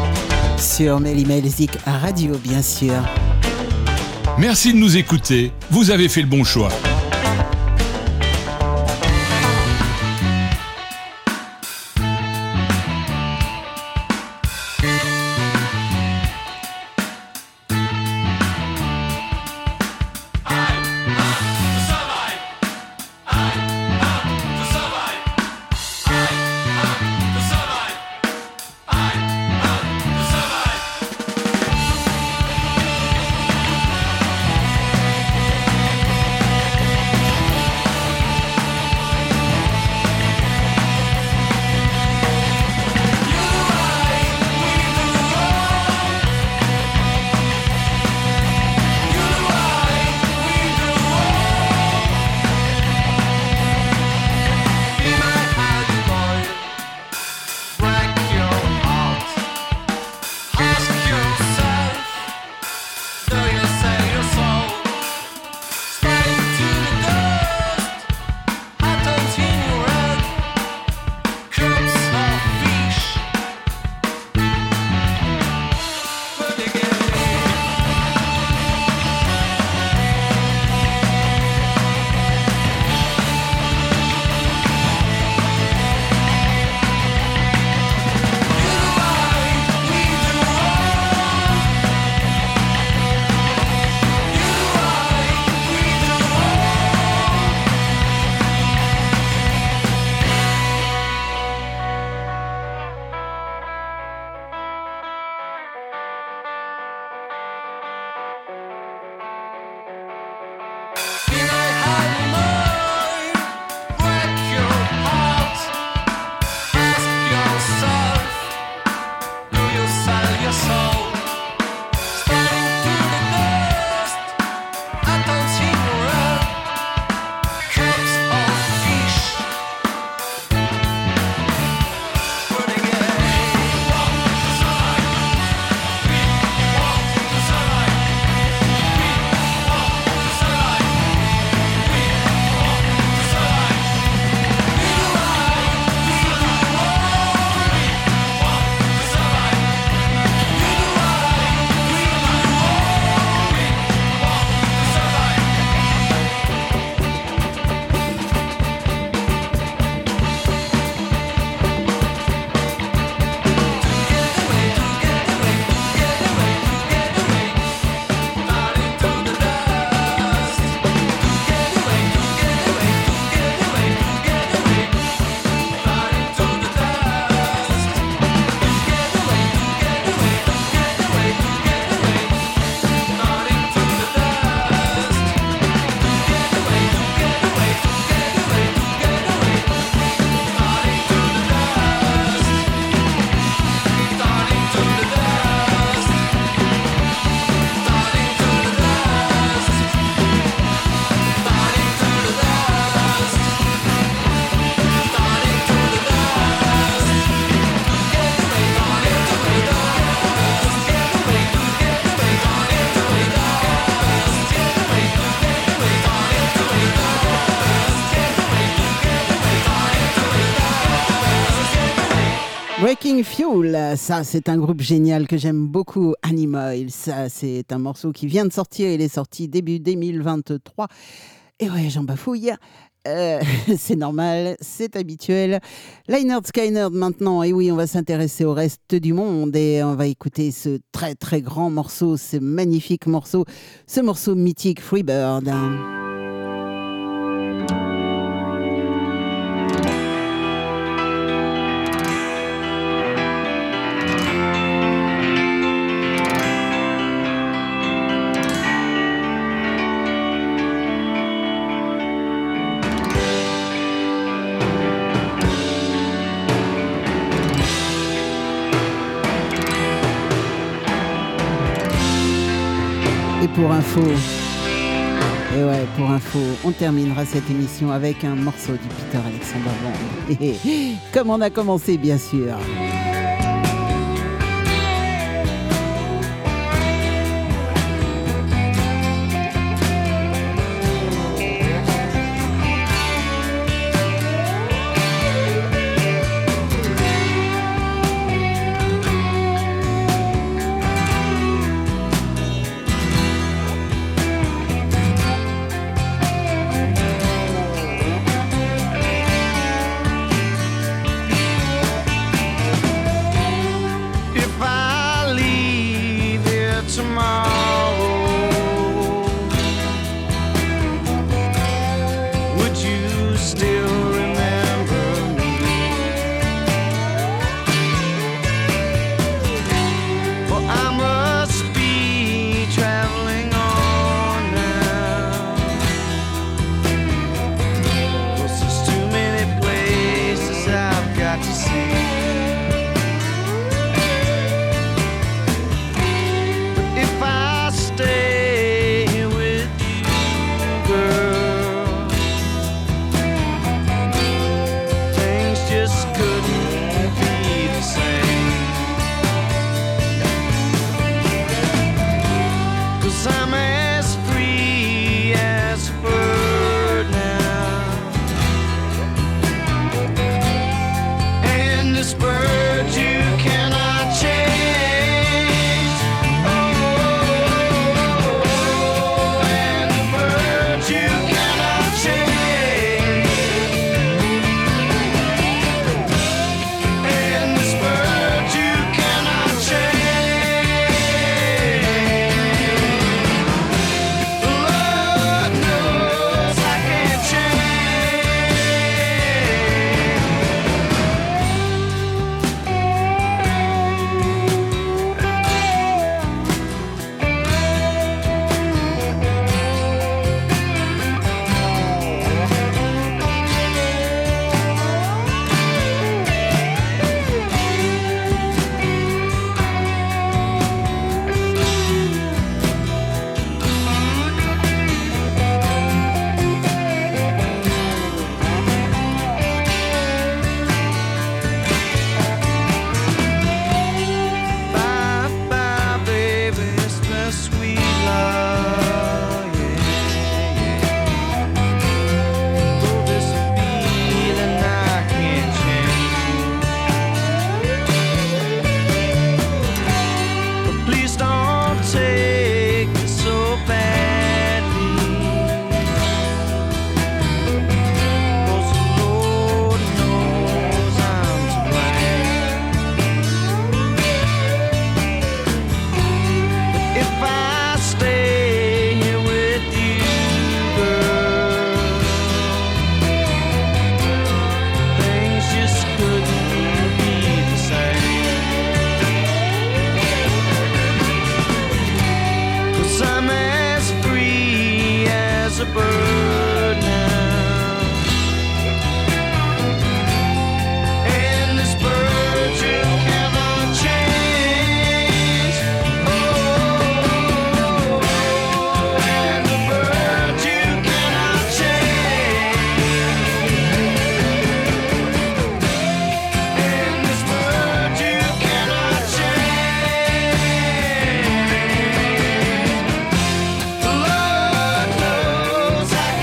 Sur Méli-Mélizik Radio, bien sûr. Merci de nous écouter, vous avez fait le bon choix. I Wrecking Fuel, ça c'est un groupe génial que j'aime beaucoup, Animal. Ça c'est un morceau qui vient de sortir, il est sorti début deux mille vingt-trois. Et ouais, j'en bafouille. Euh, c'est normal, c'est habituel. Lynyrd Skynyrd maintenant, et oui, on va s'intéresser au reste du monde et on va écouter ce très très grand morceau, ce magnifique morceau, ce morceau mythique Freebird. Et pour info, et ouais, pour info, on terminera cette émission avec un morceau du Peter Alexander Band. Comme on a commencé, bien sûr. Lord knows I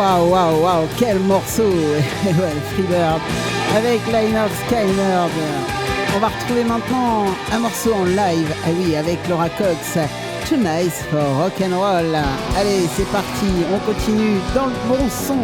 Waouh, waouh, waouh, quel morceau. Ouais, Freebird avec Line of Skynyrd. On va retrouver maintenant un morceau en live. Ah oui, avec Laura Cox. Too Nice for Rock'n'Roll. Allez, c'est parti. On continue dans le bon son.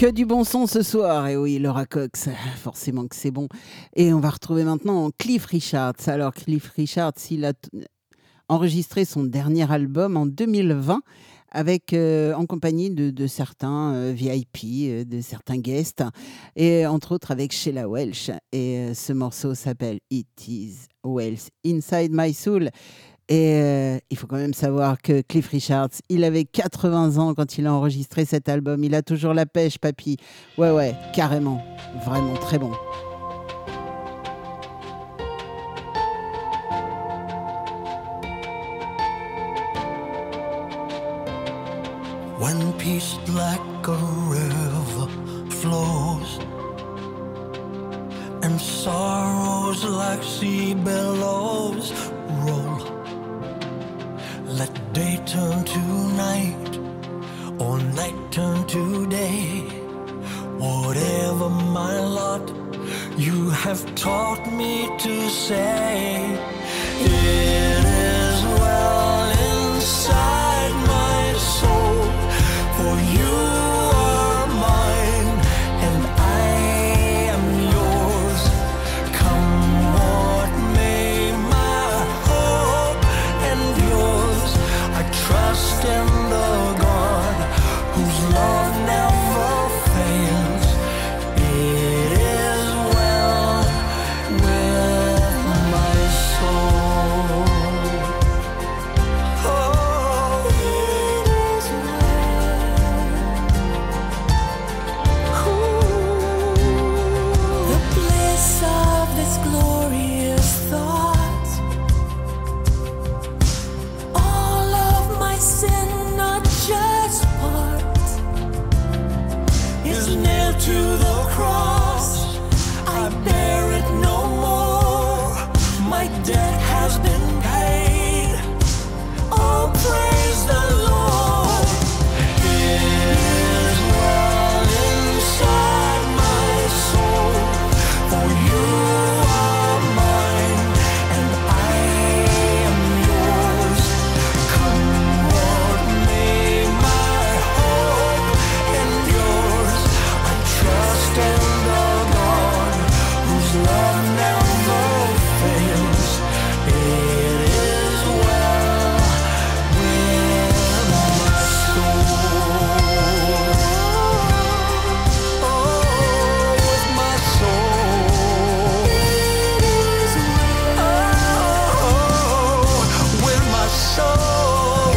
Que du bon son ce soir, et oui, Laura Cox, forcément que c'est bon. Et on va retrouver maintenant Cliff Richard. Alors Cliff Richard, il a t- enregistré son dernier album en deux mille vingt avec, euh, en compagnie de, de certains euh, V I P, euh, de certains guests, et entre autres avec Sheila Welsh. Et euh, ce morceau s'appelle It Is Wells Inside My Soul. Et euh, il faut quand même savoir que Cliff Richards, il avait quatre-vingts ans quand il a enregistré cet album. Il a toujours la pêche, papy. Ouais, ouais, carrément. Vraiment très bon. When peace like a river flows and sorrows like sea billows roll, let day turn to night or night turn to day. Whatever my lot, you have taught me to say, it is well inside my soul. For you are mine, and I am yours. Come what may, my hope and yours. I trust in the God whose love never fails. It is well with my soul. Oh, it is The bliss of this glorious thought, all of my sin, not just part, is nailed to the cross. I bear it no more. My debt has been paid. Oh, praise the Lord. It is well inside my soul. For you are mine, and I am yours. Come what may, my hope and yours. I trust in the God whose love never fails. It is well with my soul. Oh, with my soul. It is well. Oh, with my soul.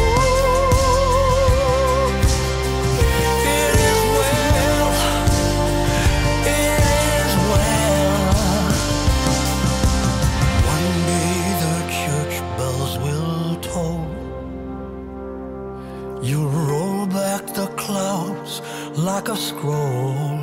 It is well. It is well. One day the church bells will toll. You'll roll back the clouds like a scroll.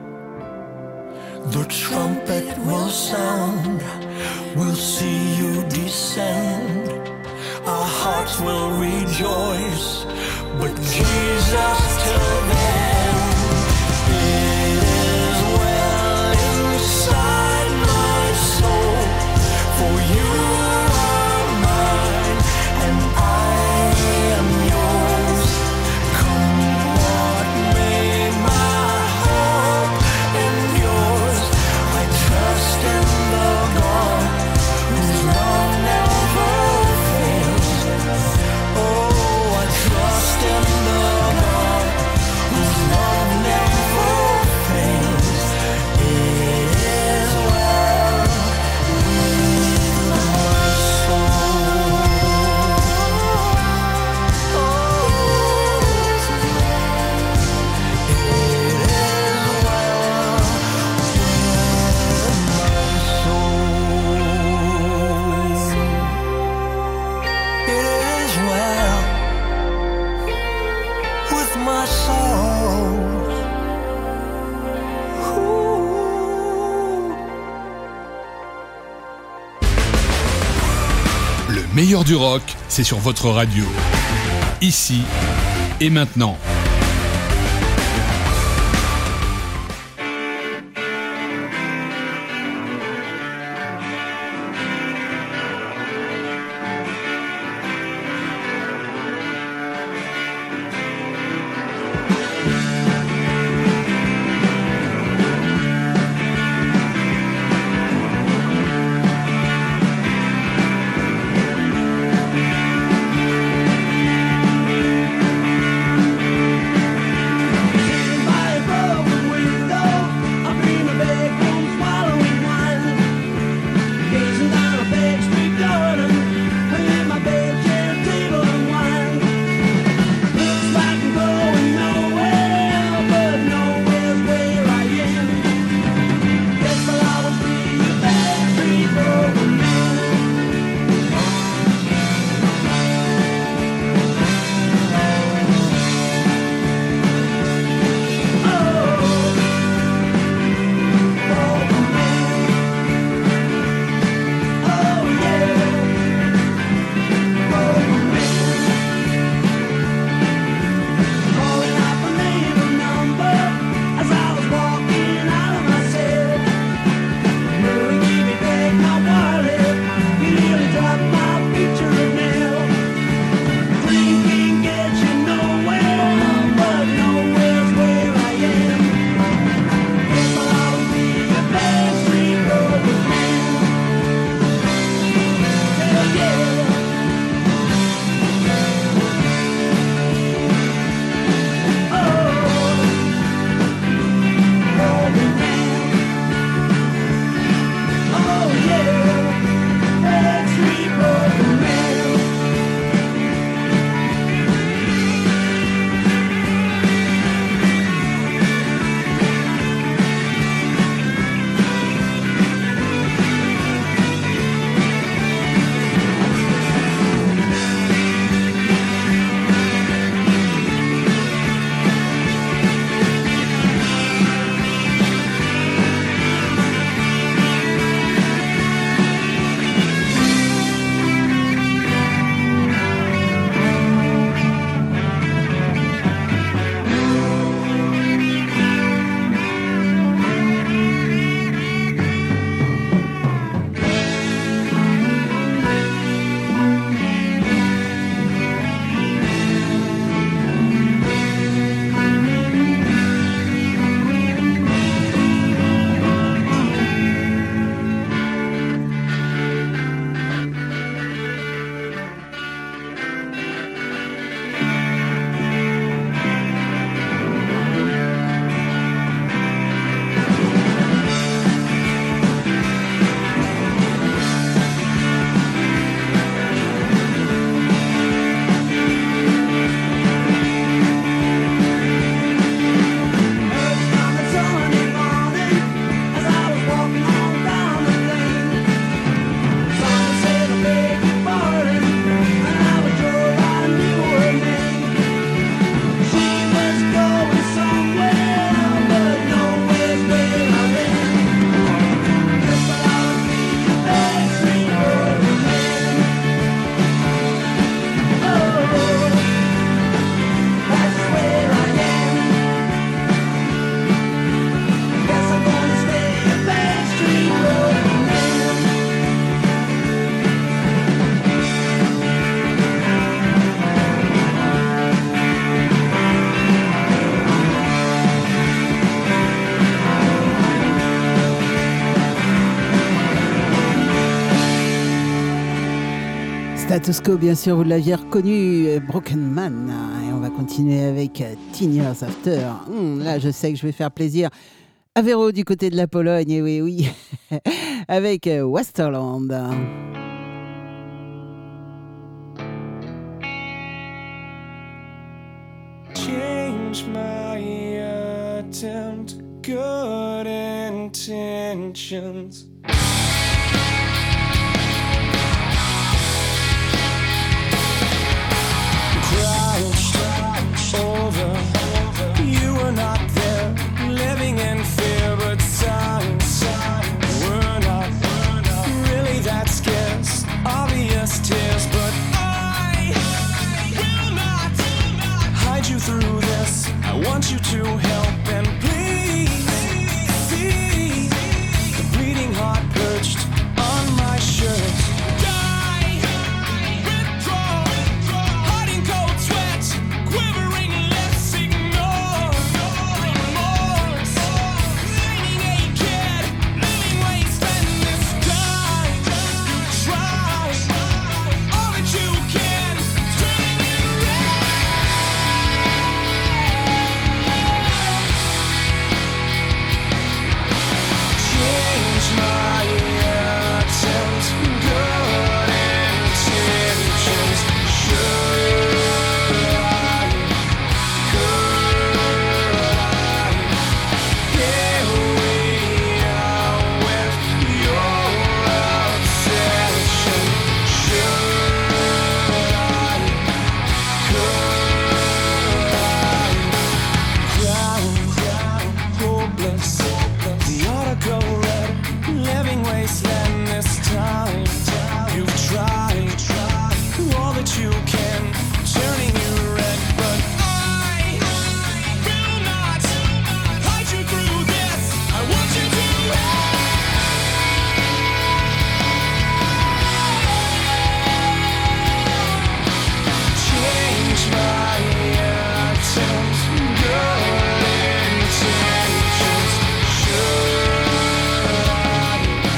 The trumpet will sound. We'll see you descend. Our hearts will rejoice. But Jesus, till then, it is well inside my soul. For you are mine, and I am yours. Come what may, my hope and yours. I trust in the God whose love never fails. Oh, I trust in the God whose love never fails. It is well with my soul. Oh, it is well with my soul. It is well with my soul. Ooh. Le meilleur du rock, c'est sur votre radio. Ici et maintenant. Status Quo, bien sûr, vous l'aviez reconnu, Broken Man. Et on va continuer avec Teen Years After. Hum, là, je sais que je vais faire plaisir à Véro du côté de la Pologne, et oui, oui, avec Westerland. Change my attempt, good intentions. Crouched over, you were not there, living in fear, but signs were not really that scarce. Obvious tears, but I will not hide you through this. I want you to help and please see the bleeding heart perched on my shirt. Die, withdraw, hiding cold sweat, quivering lips, ignore remorse. Leaning naked, living waste, and this time you try all that you can, turning it red. Change my attempt, good intentions. Should I, could I get real with your obsession? Should I, could I drown, hopeless, the article read, living wasteland this time. You've tried all that you can, turning you red, but I will not hide you through this. I want you to change my attempt, good intentions. Should I,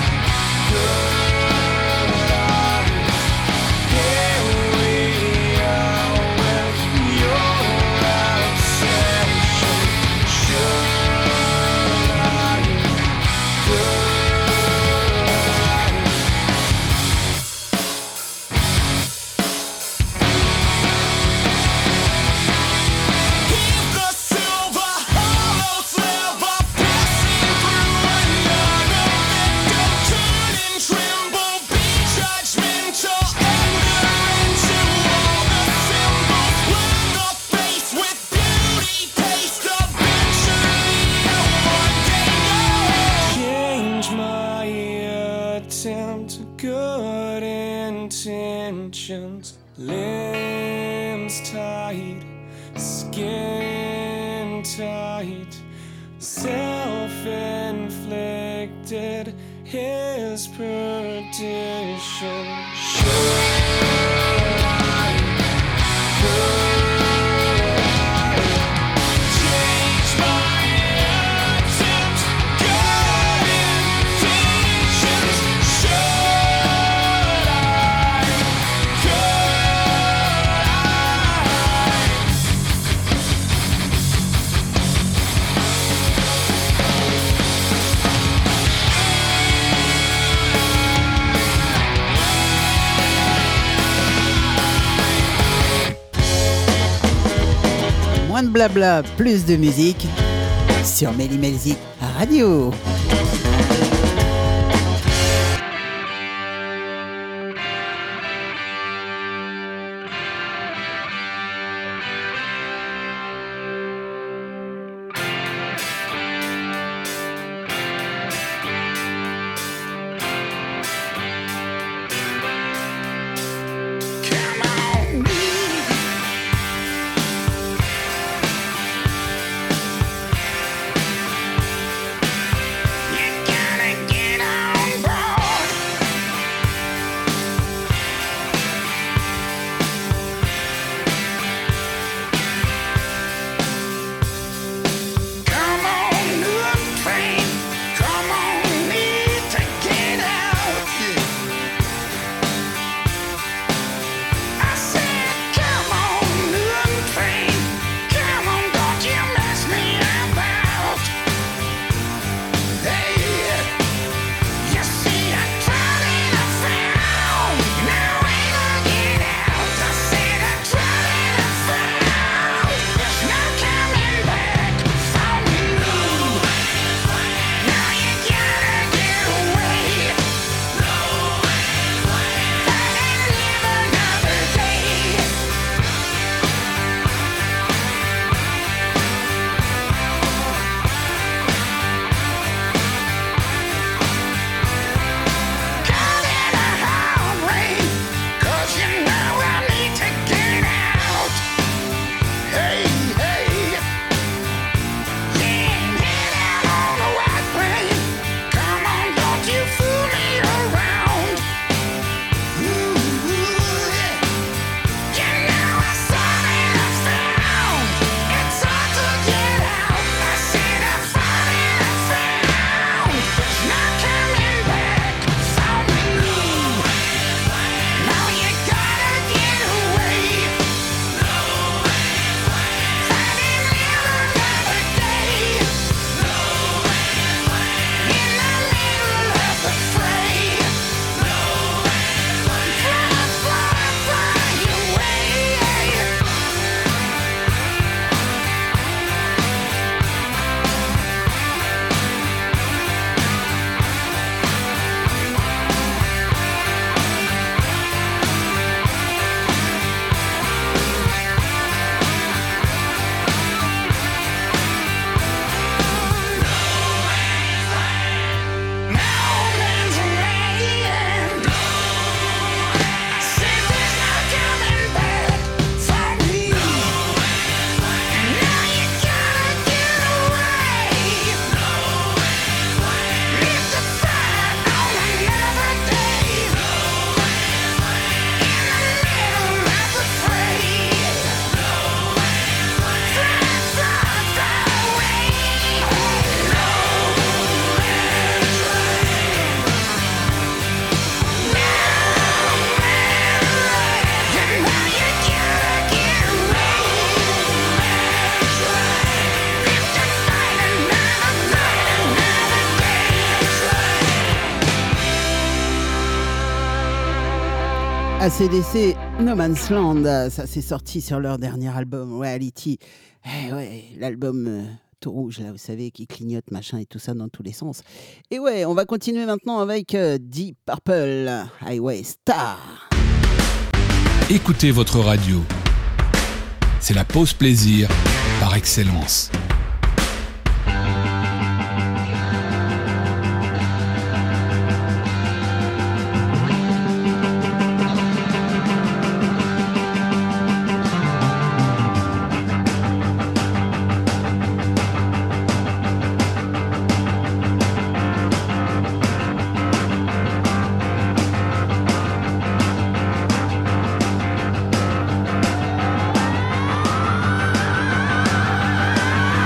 could I get real with your obsession? Should I, could Keep the silver, hollow sliver, passing through another victim. Turn and tremble, be judgmental, enter into all the symbols. Learn the face with beauty, taste eventually. One day know. Change my attempt, good intentions. Limbs tight, skin tight, self-inflicted, his perdition. Should I, could I change my attempt, good intentions? Should I, could Moins de blabla, plus de musique sur Méli-Mélizik Radio. I A C D C, No Man's Land, ça s'est sorti sur leur dernier album, Reality. Eh ouais, l'album euh, tout rouge, là, vous savez, qui clignote, machin et tout ça dans tous les sens. Et ouais, on va continuer maintenant avec euh, Deep Purple, Highway Star. Écoutez votre radio. C'est la pause plaisir par excellence. Highway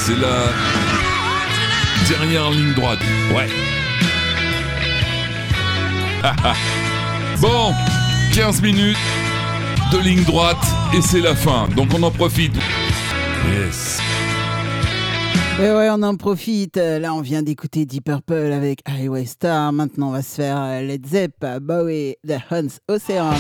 C'est la dernière ligne droite. Ouais. Bon, quinze minutes de ligne droite et c'est la fin. Donc on en profite. Yes. Et ouais, on en profite. Là, on vient d'écouter Deep Purple avec Highway Star. Maintenant, on va se faire Led Zepp, Bowie, The Hans Ocean.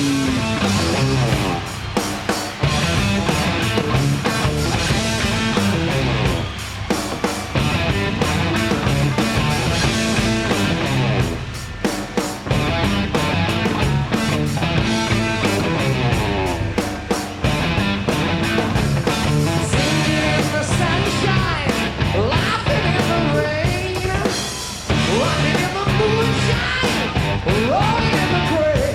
Rolling in the grave.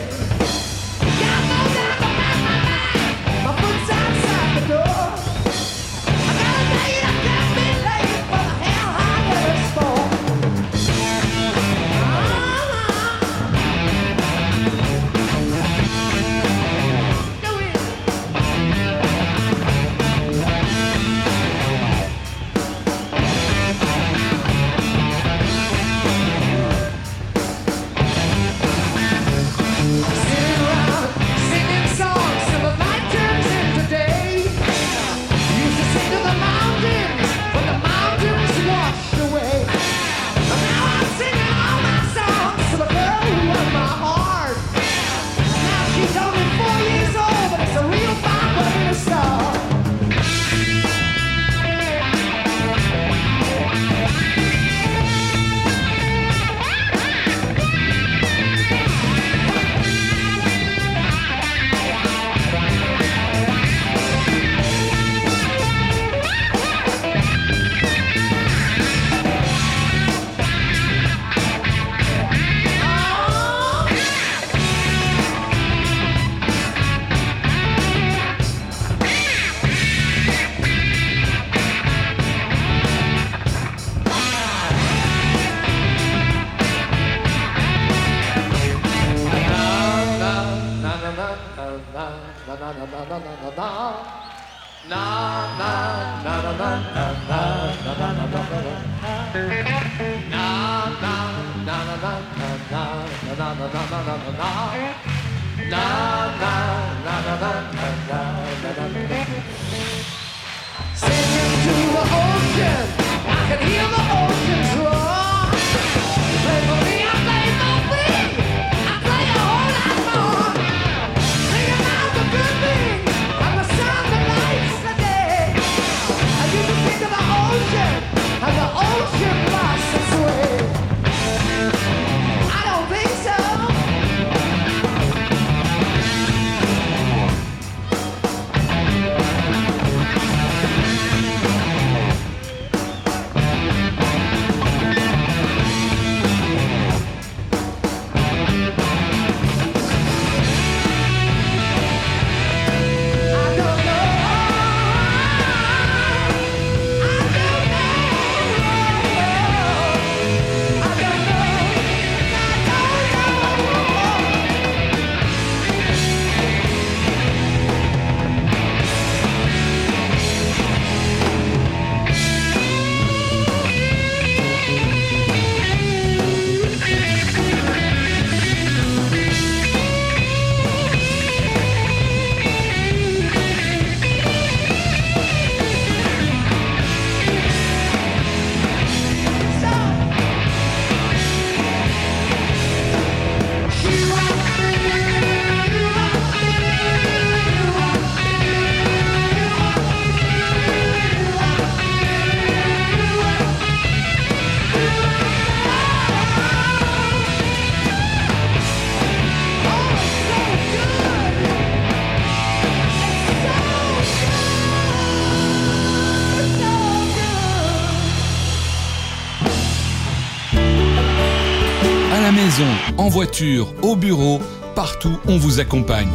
En voiture, au bureau, partout, on vous accompagne.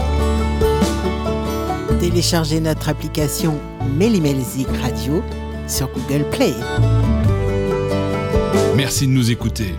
Téléchargez notre application Méli-Mélizik Radio sur Google Play. Merci de nous écouter.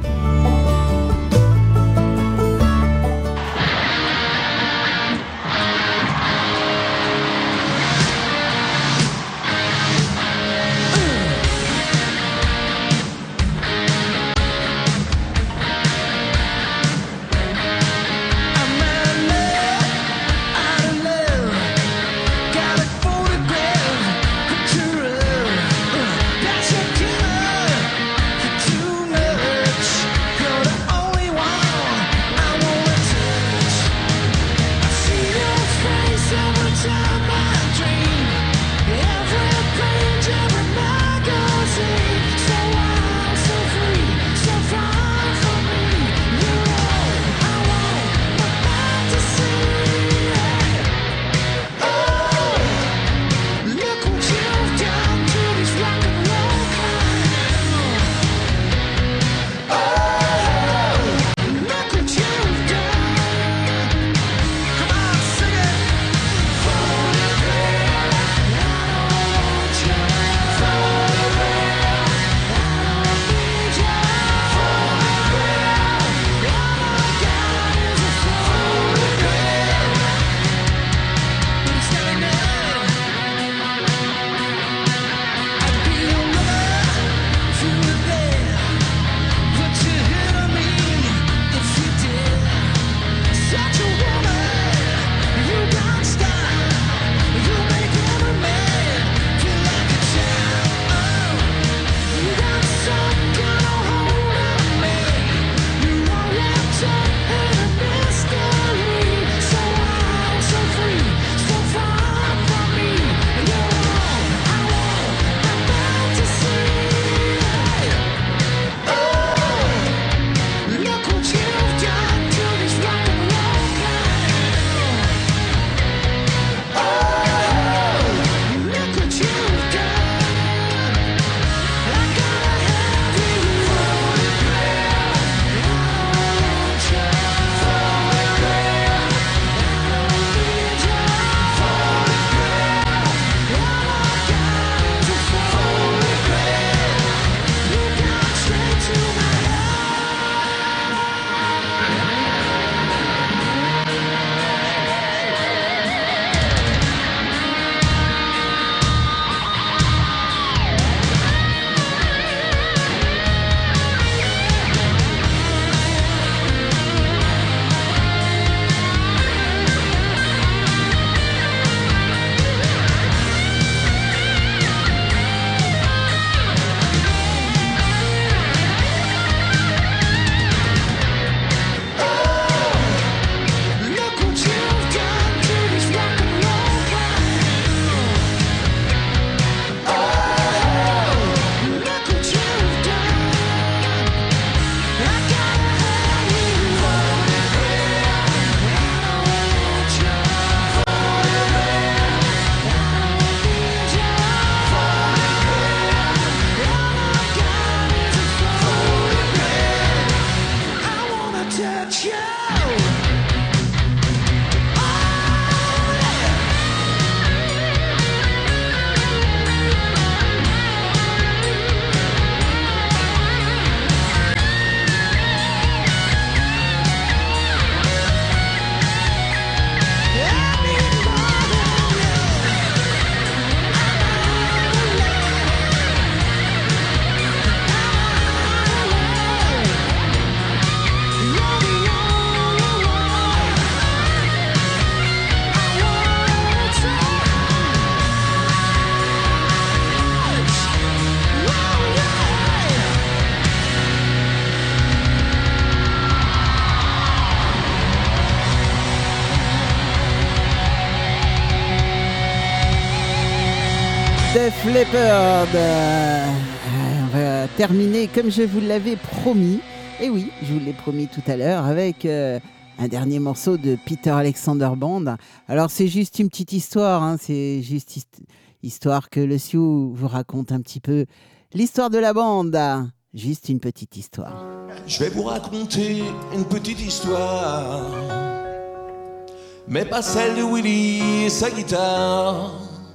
Def Leppard. Euh, on va terminer comme je vous l'avais promis. Et oui, je vous l'ai promis tout à l'heure avec euh, un dernier morceau de Peter Alexander Band. Alors c'est juste une petite histoire, hein, c'est juste hist- histoire que le Sioux vous raconte un petit peu l'histoire de la bande. Juste une petite histoire. Je vais vous raconter une petite histoire, mais pas celle de Willy et sa guitare.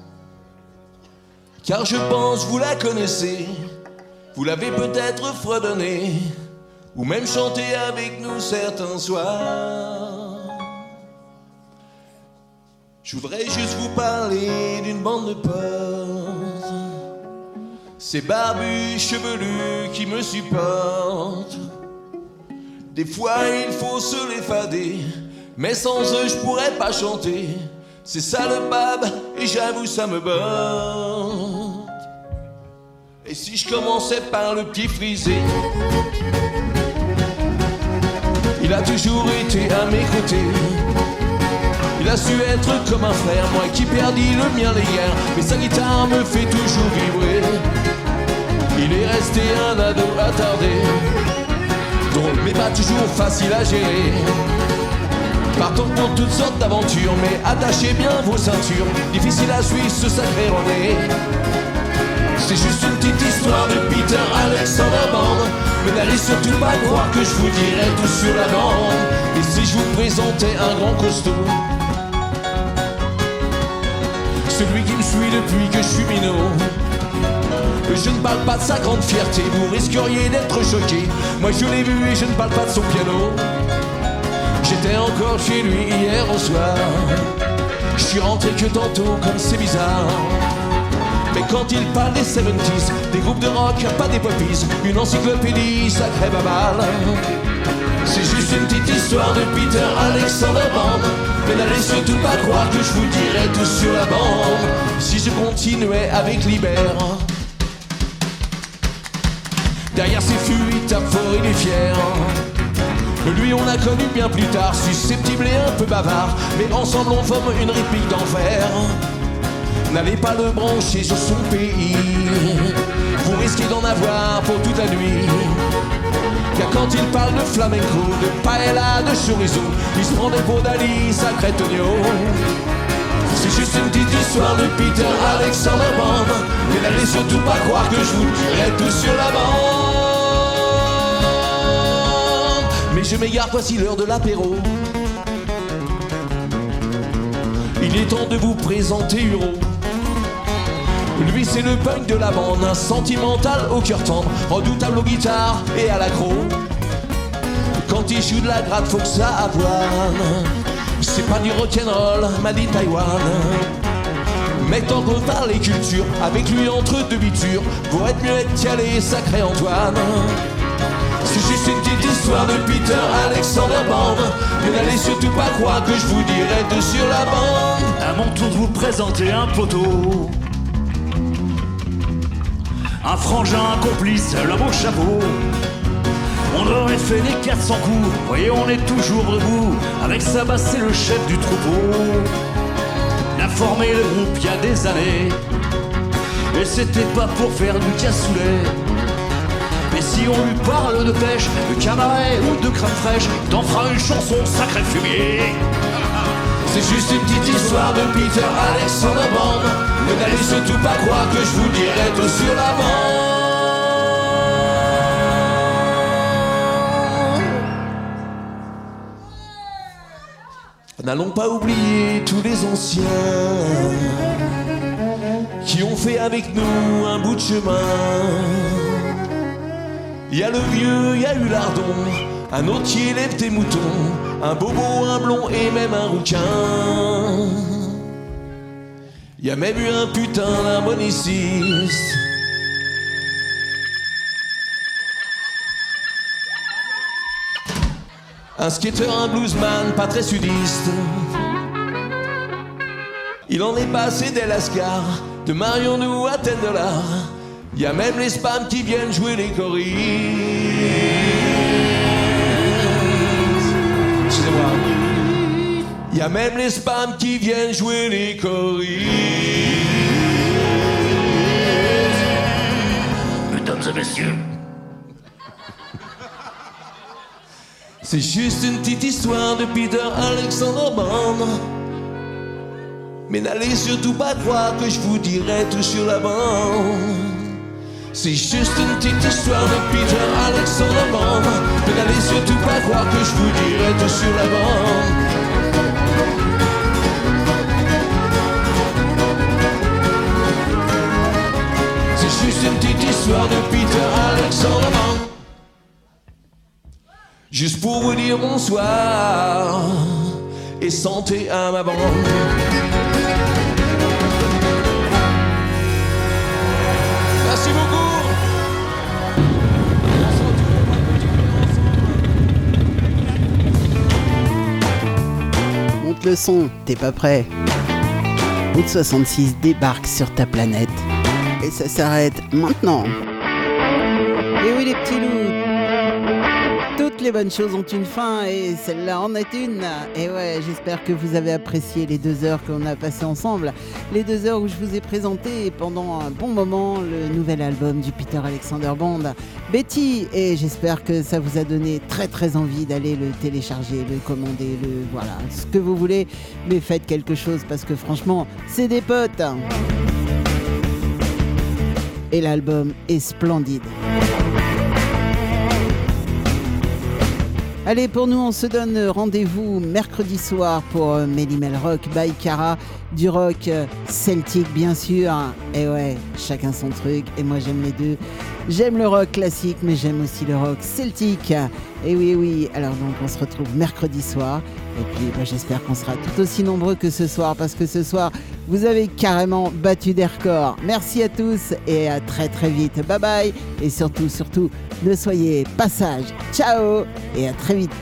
Car je pense vous la connaissez, vous l'avez peut-être fredonnée, ou même chanté avec nous certains soirs. Je voudrais juste vous parler d'une bande de potes, ces barbus chevelus qui me supportent. Des fois il faut se les fader, mais sans eux je pourrais pas chanter. C'est ça le bab, et j'avoue ça me botte. Et si je commençais par le petit frisé, il a toujours été à mes côtés. Il a su être comme un frère, moi qui perdis le mien les guerres, mais sa guitare me fait toujours vibrer. Il est resté un ado attardé, drôle mais pas toujours facile à gérer. Partons pour toutes sortes d'aventures, mais attachez bien vos ceintures. Difficile à suivre ce sacré René. C'est juste une petite histoire de Peter Alexander Band, mais n'allez surtout pas croire que je vous dirai tout sur la bande. Et si je vous présentais un grand costaud, celui qui me suit depuis que je suis minot, je ne parle pas de sa grande fierté, vous risqueriez d'être choqué. Moi je l'ai vu et je ne parle pas de son piano. J'étais encore chez lui hier au soir. Je suis rentré que tantôt comme c'est bizarre. Mais quand il parle des soixante-dix, des groupes de rock, pas des poppies, une encyclopédie, ça crève à balle. C'est juste une petite histoire de Peter Alexander Band, mais n'allez surtout pas croire que je vous dirai tout sur la bande. Si je continuais avec Libère, derrière ses fuites à fort il est fier. Lui on a connu bien plus tard, susceptible et un peu bavard, mais ensemble on forme une rythmique d'enfer. N'allez pas le brancher sur son pays, vous risquez d'en avoir pour toute la nuit. Car quand il parle de flamenco, de paella, de chorizo, il se prend des pots d'Ali, sacré Tonio. C'est juste une petite histoire de Peter Alexander Band, mais n'allez surtout pas croire que je vous dirai tout sur la bande. Mais je m'égare, voici l'heure de l'apéro. Il est temps de vous présenter Huro. Lui c'est le punk de la bande, un sentimental au cœur tendre, redoutable aux guitares et à l'accro. Quand il joue de la gratte faut que ça avoine, c'est pas du rock'n'roll, m'a dit Taïwan. Mais tant qu'on parle les cultures, avec lui entre deux bitures, pour être mieux être calé, sacré Antoine. C'est juste une petite histoire de Peter Alexander Band, mais n'allez surtout pas croire que je vous dirai tout sur la bande. À mon tour de vous présenter un poteau, un frangin, un complice, l'homme au chapeau. On aurait fait les quatre cents coups, voyez on est toujours debout. Avec sa basse c'est le chef du troupeau. Il a formé le groupe il y a des années, et c'était pas pour faire du cassoulet. Mais si on lui parle de pêche, de camaret ou de crème fraîche, t'en feras une chanson sacré fumier. C'est juste une petite histoire de Peter Alexander Band, mais n'allez surtout pas croire que je vous dirai tout sur la bande. N'allons pas oublier tous les anciens qui ont fait avec nous un bout de chemin. Il y a le vieux, il y a eu l'ardon, un autre qui élève des moutons, un bobo, un blond et même un rouquin. Il y a même eu un putain d'harmoniciste. Un skater, un bluesman, pas très sudiste. Il en est passé des lascars, de Marion-nous à Tête de l'Art. Il y a même les spams qui viennent jouer les choristes. Excusez-moi. Il y a même les spams qui viennent jouer les choristes. mesdames et messieurs. C'est juste une petite histoire de Peter Alexander Bond. Mais n'allez surtout pas croire que je vous dirai tout sur la bande. C'est juste une petite histoire de Peter Alexander Bond. Mais n'allez surtout pas croire que je vous dirai tout sur la bande. C'est juste une petite histoire de Peter Alexander Bond. Juste pour vous dire bonsoir et santé à ma bande. Merci beaucoup. Monte le son, t'es pas prêt. Route soixante-six débarque sur ta planète. Et ça s'arrête maintenant. Et oui les petits loups, toutes les bonnes choses ont une fin et celle-là en est une. Et ouais, j'espère que vous avez apprécié les deux heures qu'on a passées ensemble. Les deux heures où je vous ai présenté pendant un bon moment le nouvel album du Peter Alexander Band, Betty. Et j'espère que ça vous a donné très très envie d'aller le télécharger, le commander, le voilà, ce que vous voulez. Mais faites quelque chose parce que franchement, c'est des potes. Et l'album est splendide. Allez, pour nous, on se donne rendez-vous mercredi soir pour Mélimel Rock by Cara, du rock celtique bien sûr. Et ouais, chacun son truc, et moi j'aime les deux. J'aime le rock classique, mais j'aime aussi le rock celtique. Et oui, oui, alors donc on se retrouve mercredi soir. Et puis bah, j'espère qu'on sera tout aussi nombreux que ce soir, parce que ce soir, vous avez carrément battu des records. Merci à tous et à très très vite. Bye bye. Et surtout, surtout, ne soyez pas sages. Ciao et à très vite.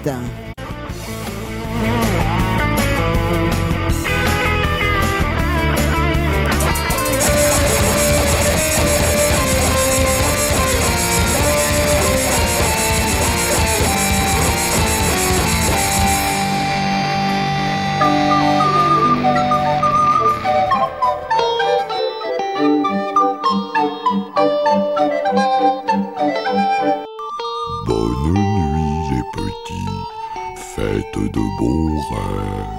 Bonne nuit les petits, faites de bons rêves.